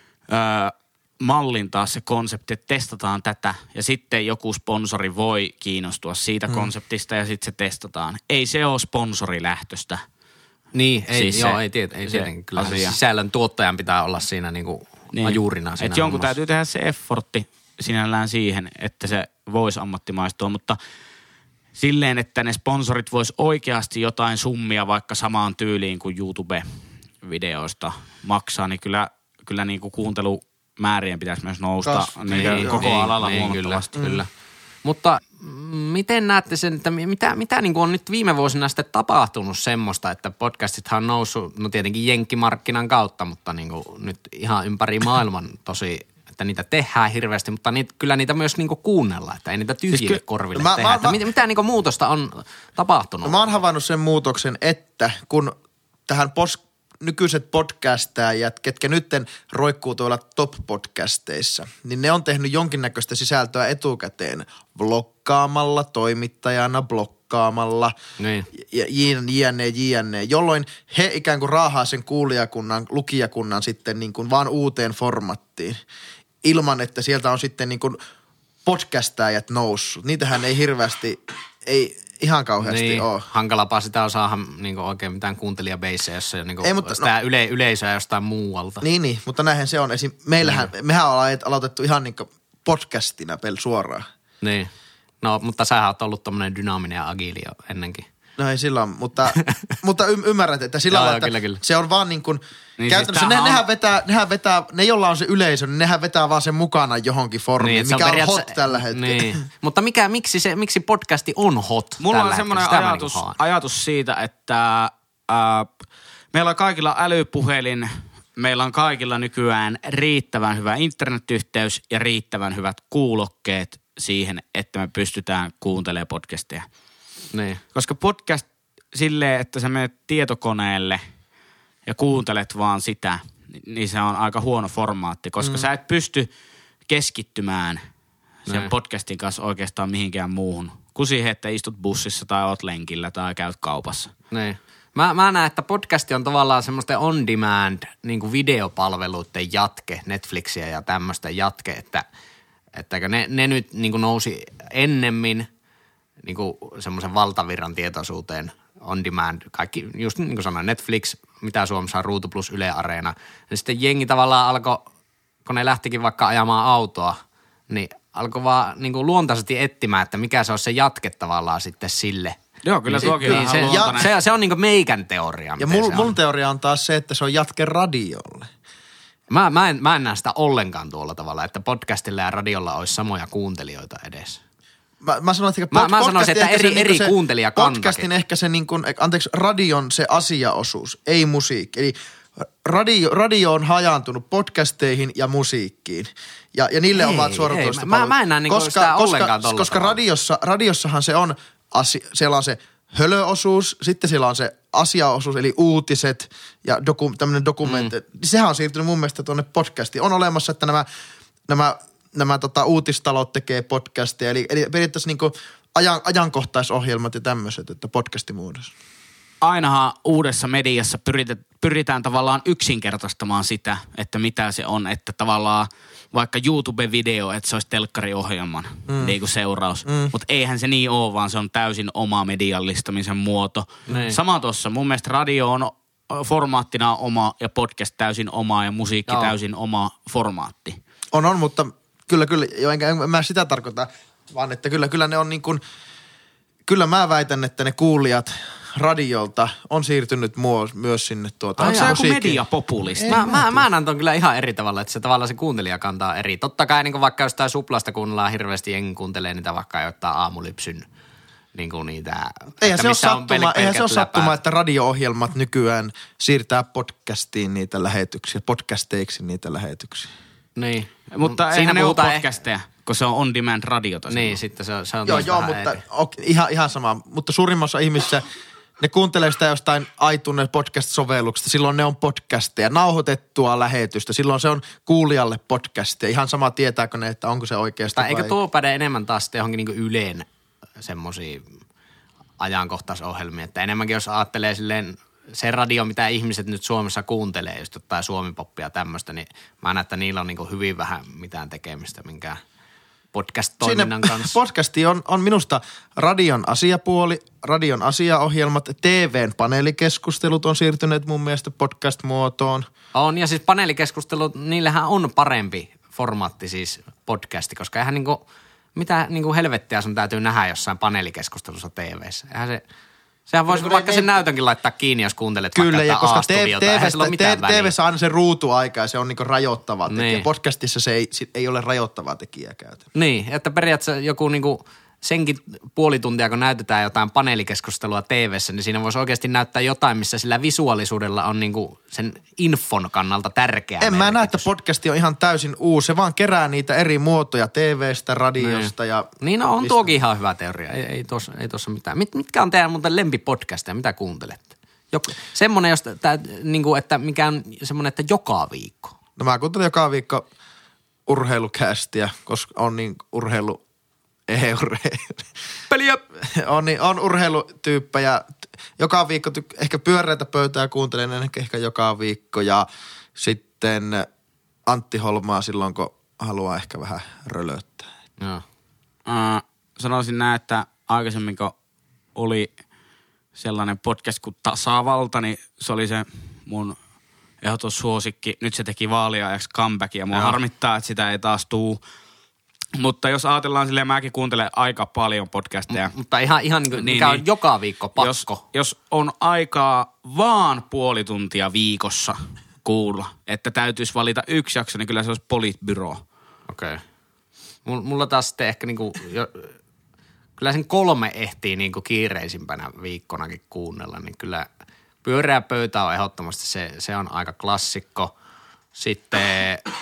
Öö, mallintaa se konsepti, että testataan tätä ja sitten joku sponsori voi kiinnostua siitä mm. konseptista ja sitten se testataan. Ei se ole sponsorilähtöistä. Niin, ei, siis joo, se, ei, tiet, ei tietenkin. Kyllä sisällön tuottajan pitää olla siinä niinku niin. ajurina. Siinä että jonkun täytyy tehdä se effortti sinällään siihen, että se voisi ammattimaistua, mutta silleen, että ne sponsorit vois oikeasti jotain summia vaikka samaan tyyliin kuin YouTube-videoista maksaa, niin kyllä, kyllä niinku kuuntelu määrien pitäisi myös nousta niin, niin, koko niin, alalla niin, huomattavasti. Kyllä, kyllä. Mm. Mutta miten näette sen, että mitä, mitä niin kuin on nyt viime vuosina sitten tapahtunut semmoista, että podcastithan on noussut, no tietenkin jenkkimarkkinan kautta, mutta niin kuin nyt ihan ympäri maailman tosi, että niitä tehdään hirveästi, mutta niitä, kyllä niitä myös niin kuin kuunnellaan, että ei niitä tyhjille siis korville mä, tehdä. Mä, että mä, mitä niin kuin muutosta on tapahtunut? No mä oon havainnut sen muutoksen, että kun tähän pos nykyiset podcastajat, ketkä nytten roikkuu tuolla top-podcasteissa, niin ne on tehnyt jonkinnäköistä sisältöä etukäteen blokkaamalla, toimittajana blokkaamalla, niin. ja jne, jne, jolloin he ikään kuin raahaa sen kuulijakunnan, lukijakunnan sitten niin kuin vaan uuteen formattiin, ilman että sieltä on sitten niin kuin podcastajat noussut. Niitähän ei hirveästi, ei... Ihan kauheasti niin, ole. Hankalapaa sitä on saada niin oikein mitään kuuntelijabeissejä, jos niin ei, mutta, sitä no, yle, yleisöä jostain muualta. Niin, niin, mutta näinhän se on. Esim, meillähän, niin. mehän ollaan aloitettu ihan niin kuin podcastina pel suoraan. Niin, no mutta sähän oot ollut tommonen dynaaminen ja agiili jo ennenkin. No ei silloin, mutta, mutta y- ymmärrät, että sillä lailla, että kyllä, kyllä. se on vaan niin kuin, niin käytännössä siis ne, on... nehän, vetää, nehän vetää, ne jolla on se yleisö, niin nehän vetää vaan sen mukana johonkin formiin, niin, mikä on, on hot tällä hetkellä. Niin. Mutta mikä, miksi, se, miksi podcasti on hot Mulla tällä on semmoinen ajatus, niin ajatus siitä, että äh, meillä on kaikilla älypuhelin, meillä on kaikilla nykyään riittävän hyvä internetyhteys ja riittävän hyvät kuulokkeet siihen, että me pystytään kuuntelemaan podcasteja. Niin. Koska podcast silleen, että sä menet tietokoneelle ja kuuntelet vaan sitä, niin se on aika huono formaatti, koska mm. sä et pysty keskittymään sen niin. podcastin kanssa oikeastaan mihinkään muuhun, kuin siihen, että istut bussissa tai oot lenkillä tai käyt kaupassa. Niin. Mä, mä näen, että podcasti on tavallaan semmoisten on-demand niin kuin videopalveluiden jatke, Netflixiä ja tämmöistä jatke, että, että ne, ne nyt niin kuin nousi ennemmin niin kuin semmoisen valtavirran tietoisuuteen on demand, kaikki, just niin kuin sanoin, Netflix, mitä Suomessa on, Ruutu Plus, Yle Areena. Ja sitten jengi tavallaan alkoi, kun ne lähtikin vaikka ajamaan autoa, niin alkoi vaan niin kuin luontaisesti etsimään, että mikä se on se jatke tavallaan sitten sille. Joo, kyllä niin tuokin niin se, ja, se, se on niin kuin meikän teoria. Ja mul, mun teoria on taas se, että se on jatke radiolle. Mä, mä, en, mä en näe sitä ollenkaan tuolla tavalla, että podcastilla ja radiolla olisi samoja kuuntelijoita edes. Mä, mä sanoin, että mä, mä sanoisin, että eri, eri niin kuuntelijakantakin. Podcastin ehkä se niin kuin, anteeksi, radion se asiaosuus, ei musiikki. Eli radio, radio on hajaantunut podcasteihin ja musiikkiin. Ja, ja niille ei, omat suoratoistopalvelut. Mä, mä en näe niin koska, sitä koska, ollenkaan tolla Koska radiossa, radiossahan se on, asia, siellä on se hölöosuus, sitten siellä on se asiaosuus, eli uutiset ja doku, tämmöinen dokumentti. Mm. Sehän on siirtynyt mun mielestä tuonne podcastiin. On olemassa, että nämä, nämä nämä tota, uutistalot tekee podcasteja, eli, eli periaatteessa niin kuin ajan, ajankohtaisohjelmat ja tämmöiset, että podcastimuodossa. Ainahan uudessa mediassa pyritään, pyritään tavallaan yksinkertaistamaan sitä, että mitä se on, että tavallaan vaikka YouTube-video, että se olisi telkkariohjelman mm. niin kuin seuraus, mm. mutta eihän se niin ole, vaan se on täysin oma mediallistamisen muoto. Niin. Sama tuossa, mun mielestä radio on formaattina oma ja podcast täysin oma ja musiikki Joo. täysin oma formaatti. On, on, mutta kyllä, kyllä. Jo, enkä, en mä sitä tarkoita. Vaan että kyllä, kyllä ne on niin kuin, kyllä mä väitän, että ne kuulijat radiolta on siirtynyt muo, myös sinne tuota. Onko se joku musiikki- mediapopulisti? Mä, mä, mä näen ton kyllä ihan eri tavalla, että se tavallaan se kuuntelija kantaa eri. Totta kai niin vaikka jostain Suplasta kuunnellaan hirveästi, jengi kuuntelee niitä vaikka jotain aamulypsyn niin kuin niitä. Eihän se, ole missä on sattuma, pel- eihän se ole pelkät sattuma, läpäät. että radio-ohjelmat nykyään siirtää podcastiin niitä lähetyksiä, podcasteiksi niitä lähetyksiä. Niin. Mutta Siinä eihän ne ole puhutaan podcasteja, kun se on on-demand radiota. Niin, sitten se on, se on Joo, taas joo, vähän mutta eri. ok, ihan, ihan sama. Mutta suurimmassa ihmisissä ne kuuntelee sitä jostain iTunes podcast-sovelluksesta. Silloin ne on podcasteja, nauhoitettua lähetystä. Silloin se on kuulijalle podcastia. Ihan sama tietääkö ne, että onko se oikeasti Tai vai eikö ei. tuo päde enemmän taas sitten johonkin niinku Yleen semmosia ajankohtaisohjelmia, että enemmänkin jos ajattelee silleen se radio, mitä ihmiset nyt Suomessa kuuntelee, just jotain suomipoppia ja tämmöistä, niin mä näen, että niillä on niinku hyvin vähän mitään tekemistä minkään podcast-toiminnan Siinä kanssa. podcasti on, on minusta radion asiapuoli, radion asiaohjelmat, T V:n paneelikeskustelut on siirtyneet mun mielestä podcast-muotoon. On, ja siis paneelikeskustelut, niillähän on parempi formaatti siis podcasti, koska eihän niinku, mitä niinku helvettiä sun täytyy nähdä jossain paneelikeskustelussa T V:ssä. Eihän se, sehän voisi Kyllä, vaikka ne- sen näytönkin laittaa kiinni, jos kuuntelet Kyllä, vaikka ja jotain koska A-studiota. Eihän sillä ole mitään väliä. T V:ssä on aina se ruutuaika ja se on niinku rajoittava tekijä. Niin. Podcastissa se ei, sit ei ole rajoittavaa tekijää käytännössä. Niin, että periaatteessa joku niinku senkin puoli tuntia, kun näytetään jotain paneelikeskustelua T V:ssä, niin siinä voisi oikeasti näyttää jotain, missä sillä visuaalisuudella on niinku sen infon kannalta tärkeä En mä näe, että merkitys. podcasti on ihan täysin uusi. Se vaan kerää niitä eri muotoja T V:stä, radiosta ja... Niin no, on mistä- tuokin ihan hyvä teoria. Ei, ei tuossa ei tossa mitään. Mit, mitkä on teidän muuten lempipodcasteja? Mitä kuuntelette? Joku, semmoinen, josta, tää, niinku, että mikä on semmoinen, että joka viikko. No mä kuuntelen joka viikko urheilukästiä, koska on niin urheilu... Ei urheilu. Peliä! on, niin, on urheilutyyppejä. Joka viikko ty- ehkä pyöreitä pöytää kuuntelen ehkä, ehkä joka viikko. Ja sitten Antti Holmaa silloin, kun haluaa ehkä vähän rölöttää. Joo. Äh, sanoisin näin, että aikaisemmin kun oli sellainen podcast kuin Tasavalta, niin se oli se mun ehdoton suosikki. Nyt se teki vaaliajaksi comebackia. Mua Joo. harmittaa, että sitä ei taas tuu. Mutta jos ajatellaan silleen, mäkin kuuntelen aika paljon podcasteja. Mutta ihan, ihan niin kuin, Niin, mikä on niin. joka viikko pakko. Jos, jos on aikaa vaan puoli tuntia viikossa kuulla, että täytyisi valita yksi jakso, niin kyllä se olisi Politbyro. Okei. Okay. Mulla taas sitten ehkä niinku, jo, kyllä sen kolme ehtii niinku kiireisimpänä viikkonakin kuunnella, niin kyllä pyöreä pöytä on ehdottomasti se, se on aika klassikko. Sitten ö,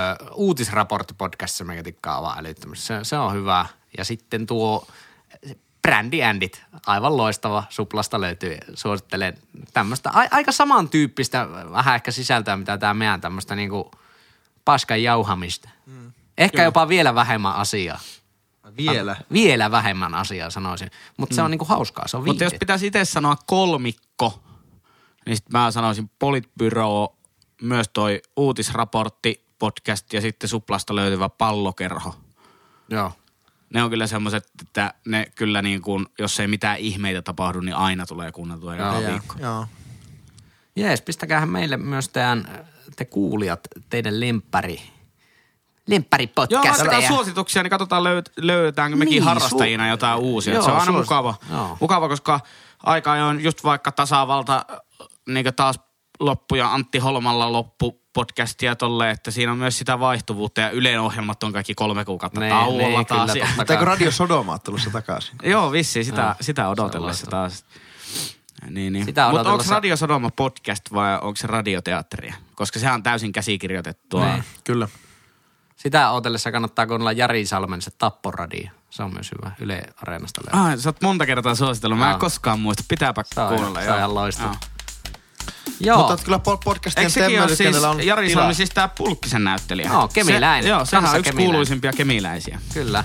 uutisraporttipodcast, mikä tikkaa aivan älyttömästi, se, se on hyvä. Ja sitten tuo Brändi Andit, aivan loistava, Suplasta löytyy, suosittelen tämmöistä a, aika samantyyppistä vähän ehkä sisältöä, mitä tämä meidän tämmöistä niinku paskan jauhamista. Mm. Ehkä Kyllä. jopa vielä vähemmän asiaa. Vielä. Vielä vähemmän asiaa sanoisin, mutta mm. se on niinku hauskaa, se on Mutta jos viihde. pitäisi itse sanoa kolmikko, niin sit mä sanoisin Politbyro, myös toi uutisraportti, podcast ja sitten Suplasta löytyvä pallokerho. Joo. Ne on kyllä semmoiset, että ne kyllä niin kuin, jos ei mitään ihmeitä tapahdu, niin aina tulee kuunneltua joka Joo. viikko. Joo. Jees, pistäkäähän meille myös teidän, te kuulijat, teidän lemppari, Joo, lemppäripodcasteja. laitetaan suosituksia, niin katsotaan löy- löytäänkö mekin Niin, harrastajina su- jotain uusia. Joo, se on aina suos- mukava. joo. Mukava, koska aika ajoin just vaikka Tasavalta niin taas loppu ja Antti Holmalla loppu podcastia tolle, että siinä on myös sitä vaihtuvuutta ja Ylen ohjelmat on kaikki kolme kuukautta Ne- tauolla ne, taas. kyllä, Ja- totta Mutta eikö Radio Sodoma ole tulossa takaisin? Joo, vissi, sitä, Joo, sitä odotellessa se on taas. Niin, niin. Sitä Mutta onko odotellessa- Radio Sodoma podcast vai onko se radioteatteria? Koska sehän on täysin käsikirjoitettua. Niin. Kyllä. Sitä odotellessa kannattaa kuunnella Jari Salmen se Tapporadio. Se on myös hyvä Yle Areenasta löytyy. Ah, sä oot monta kertaa suositellut. Mä en Joo. koskaan muista. Pitääpä Se on kuunnella. ihan- se on joo. ihan loistava. Joo. Joo. Mutta kyllä po- podcastien Eikö sekin ole siis, temmellykänellä on Jari tilaa. Salmi, siis tää Pulkkisen näyttelijä? Joo, kemiläinen. Se, joo, sehän Kanssa on yksi kemiläinen. kuuluisimpia kemiläisiä. Kyllä.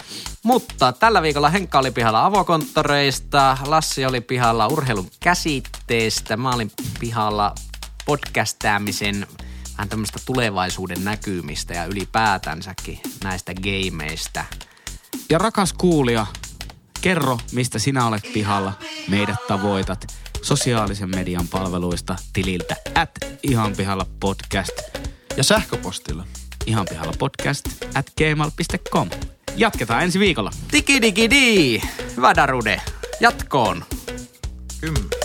Mutta tällä viikolla Henkka oli pihalla avokonttoreista, Lassi oli pihalla urheilun käsitteestä, mä olin pihalla podcastaamisen vähän tämmöistä tulevaisuuden näkymistä ja ylipäätänsäkin näistä gameista. Ja rakas kuulija, kerro, mistä sinä olet pihalla. Meidät tavoitat sosiaalisen median palveluista tililtä at ihan pihalla podcast. Ja sähköpostilla. Ihan pihalla podcast at gmail piste com. Jatketaan ensi viikolla. Tiki digi di. Hyvä Darude. Jatkoon. Kyllä.